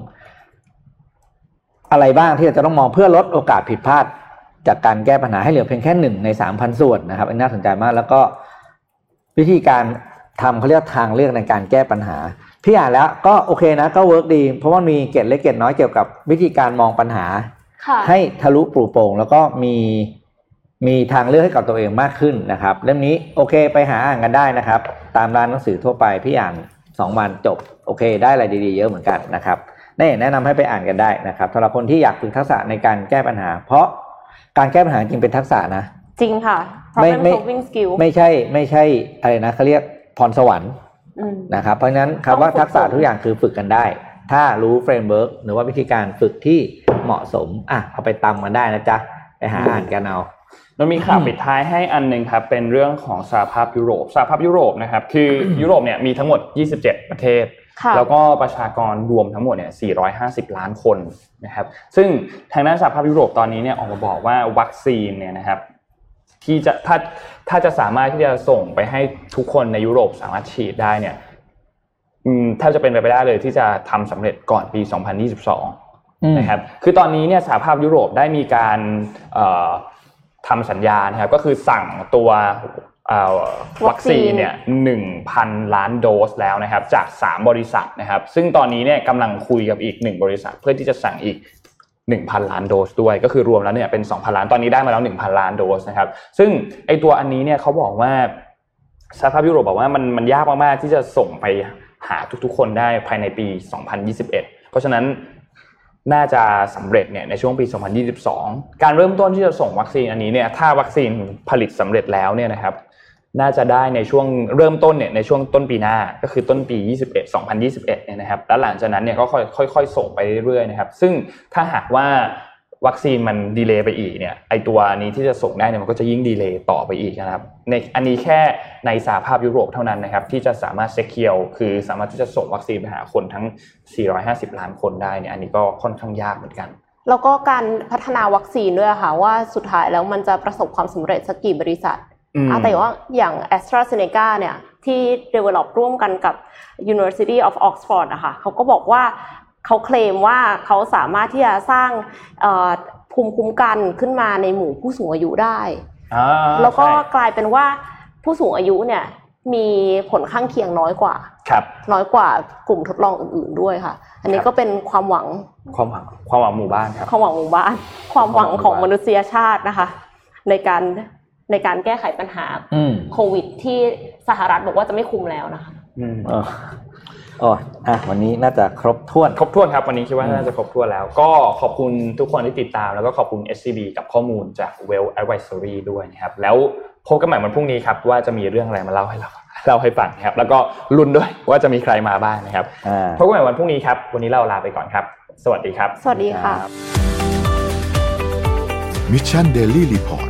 อะไรบ้างที่จะต้องมองเพื่อลดโอกาสผิดพลาดจากการแก้ปัญหาให้เหลือเพียงแค่หนึ่งใน สามพัน ส่วนนะครับอันนี้น่าสนใจมากแล้วก็วิธีการทำเขาเรียกทางเลือกในการแก้ปัญหาพี่อ่านแล้วก็โอเคนะก็เวิร์กดีเพราะว่ามีเกร็ดเล็กเกร็ดน้อยเกี่ยวกับวิธีการมองปัญหาให้ทะลุปลุกโปร่งแล้วก็มีมีทางเลือกให้กับตัวเองมากขึ้นนะครับเล่มนี้โอเคไปหาอ่านกันได้นะครับตามร้านหนังสือทั่วไปพี่อ่านสองวันจบโอเคได้อะไรดีๆเยอะเหมือนกันนะครับนี่แนะนำให้ไปอ่านกันได้นะครับสำหรับคนที่อยากฝึกทักษะในการแก้ปัญหาเพราะการแก้ปัญหาจริงเป็นทักษะนะจริงค่ะ problem solving skill ไม่ใช่ไม่ใช่อะไรนะเขาเรียกพรสวรรค์นะครับเพราะฉะนั้นคำว่าทักษะทุกอย่างคือฝึกกันได้ถ้ารู้เฟรมเวิร์กหรือว่าวิธีการฝึกที่เหมาะสมอ่ะเอาไปตามกันได้นะจ๊ะไปหาอ่านกันเอาเรามีข่าวปิดท้ายให้อันนึงครับเป็นเรื่องของสหภาพยุโรปสหภาพยุโรปนะครับคือยุโรปเนี่ยมีทั้งหมดยี่สิบเจ็ดประเทศแล้วก็ประชากรรวมทั้งหมดเนี่ยสี่ร้อยห้าสิบล้านคนนะครับซึ่งทางด้านสหภาพยุโรปตอนนี้เนี่ยออกมาบอกว่าวัคซีนเนี่ยนะครับที่จะถ้าถ้าจะสามารถที่จะส่งไปให้ทุกคนในยุโรปสามารถฉีดได้เนี่ยอืมแทบจะเป็นไปไม่ได้เลยที่จะทำสำเร็จก่อนปีสองพันยี่สิบสองนะครับคือตอนนี้เนี่ยสหภาพยุโรปได้มีการเอ่อทำสัญญานะครับก็คือสั่งตัววัคซีนเนี่ย หนึ่งพัน ล้านโดสแล้วนะครับจากสามบริษัทนะครับซึ่งตอนนี้เนี่ยกำลังคุยกับอีกหนึ่งบริษัทเพื่อที่จะสั่งอีก หนึ่งพัน ล้านโดสด้วยก็คือรวมแล้วเนี่ยเป็น สองพัน ล้านตอนนี้ได้มาแล้ว หนึ่งพัน ล้านโดสนะครับซึ่งไอ้ตัวอันนี้เนี่ยเขาบอกว่าสหภาพยุโรปบอกว่ามันมันยากมากๆที่จะส่งไปหาทุกๆคนได้ภายในปีสองพันยี่สิบเอ็ดเพราะฉะนั้นน่าจะสำเร็จเนี่ยในช่วงปีสองพันยี่สิบสองการเริ่มต้นที่จะส่งวัคซีนอันนี้เนี่ยถ้าวัคซีนผลิตสำเร็จแล้วเนี่ยนะครับน่าจะได้ในช่วงเริ่มต้นเนี่ยในช่วงต้นปีหน้าก็คือต้นปียี่สิบเอ็ด สองพันยี่สิบเอ็ดเนี่ยนะครับแล้วหลังจากนั้นเนี่ยก็ค่อยๆส่งไปเรื่อยๆนะครับซึ่งถ้าหากว่าวัคซีนมันดีเลย์ไปอีกเนี่ยไอตัวนี้ที่จะส่งได้เนี่ยมันก็จะยิ่งดีเลย์ต่อไปอีกนะครับในอันนี้แค่ในสหภาพยุโรปเท่านั้นนะครับที่จะสามารถเซคิวคือสามารถที่จะส่งวัคซีนไปหาคนทั้งสี่ร้อยห้าสิบล้านคนได้เนี่ยอันนี้ก็ค่อนข้างยากเหมือนกันแล้วก็การพัฒนาวัคซีนด้วยค่ะว่าสุดท้ายแล้วมันจะประสบความสำเร็จสักกี่บริษัทแต่ว่าอย่าง AstraZeneca เนี่ยที่ develop ร่วมกันกับ University of Oxford นะคะเขาก็บอกว่าเขาเคลมว่าเขาสามารถที่จะสร้างภูมิคุ้มกันขึ้นมาในหมู่ผู้สูงอายุได้แล้วก็กลายเป็นว่าผู้สูงอายุเนี่ยมีผลข้างเคียงน้อยกว่าน้อยกว่ากลุ่มทดลองอื่นๆด้วยค่ะอันนี้ก็เป็นความหวังความหวังความหวังหมู่บ้านครับความหวังหมู่บ้านความหวังของมนุษยชาตินะคะในการในการแก้ไขปัญหาโควิดที่สหรัฐบอกว่าจะไม่คุมแล้วนะคะอืมอ๋ออ๋ออ่ะวันนี้น่าจะครบถ้วนครบถ้วนครับวันนี้คิดว่าน่าจะครบถ้วนแล้วก็ขอบคุณทุกคนที่ติดตามแล้วก็ขอบคุณ เอส ซี บี กับข้อมูลจาก Wealth Advisory ด้วยนะครับแล้วพบกันใหม่วันพรุ่งนี้ครับว่าจะมีเรื่องอะไรมาเล่าให้เราเล่าให้ฟังครับแล้วก็ลุ้นด้วยว่าจะมีใครมาบ้างนะครับพบกันใหม่วันพรุ่งนี้ครับวันนี้เราลาไปก่อนครับสวัสดีครับสวัสดีค่ะ Mission Daily Report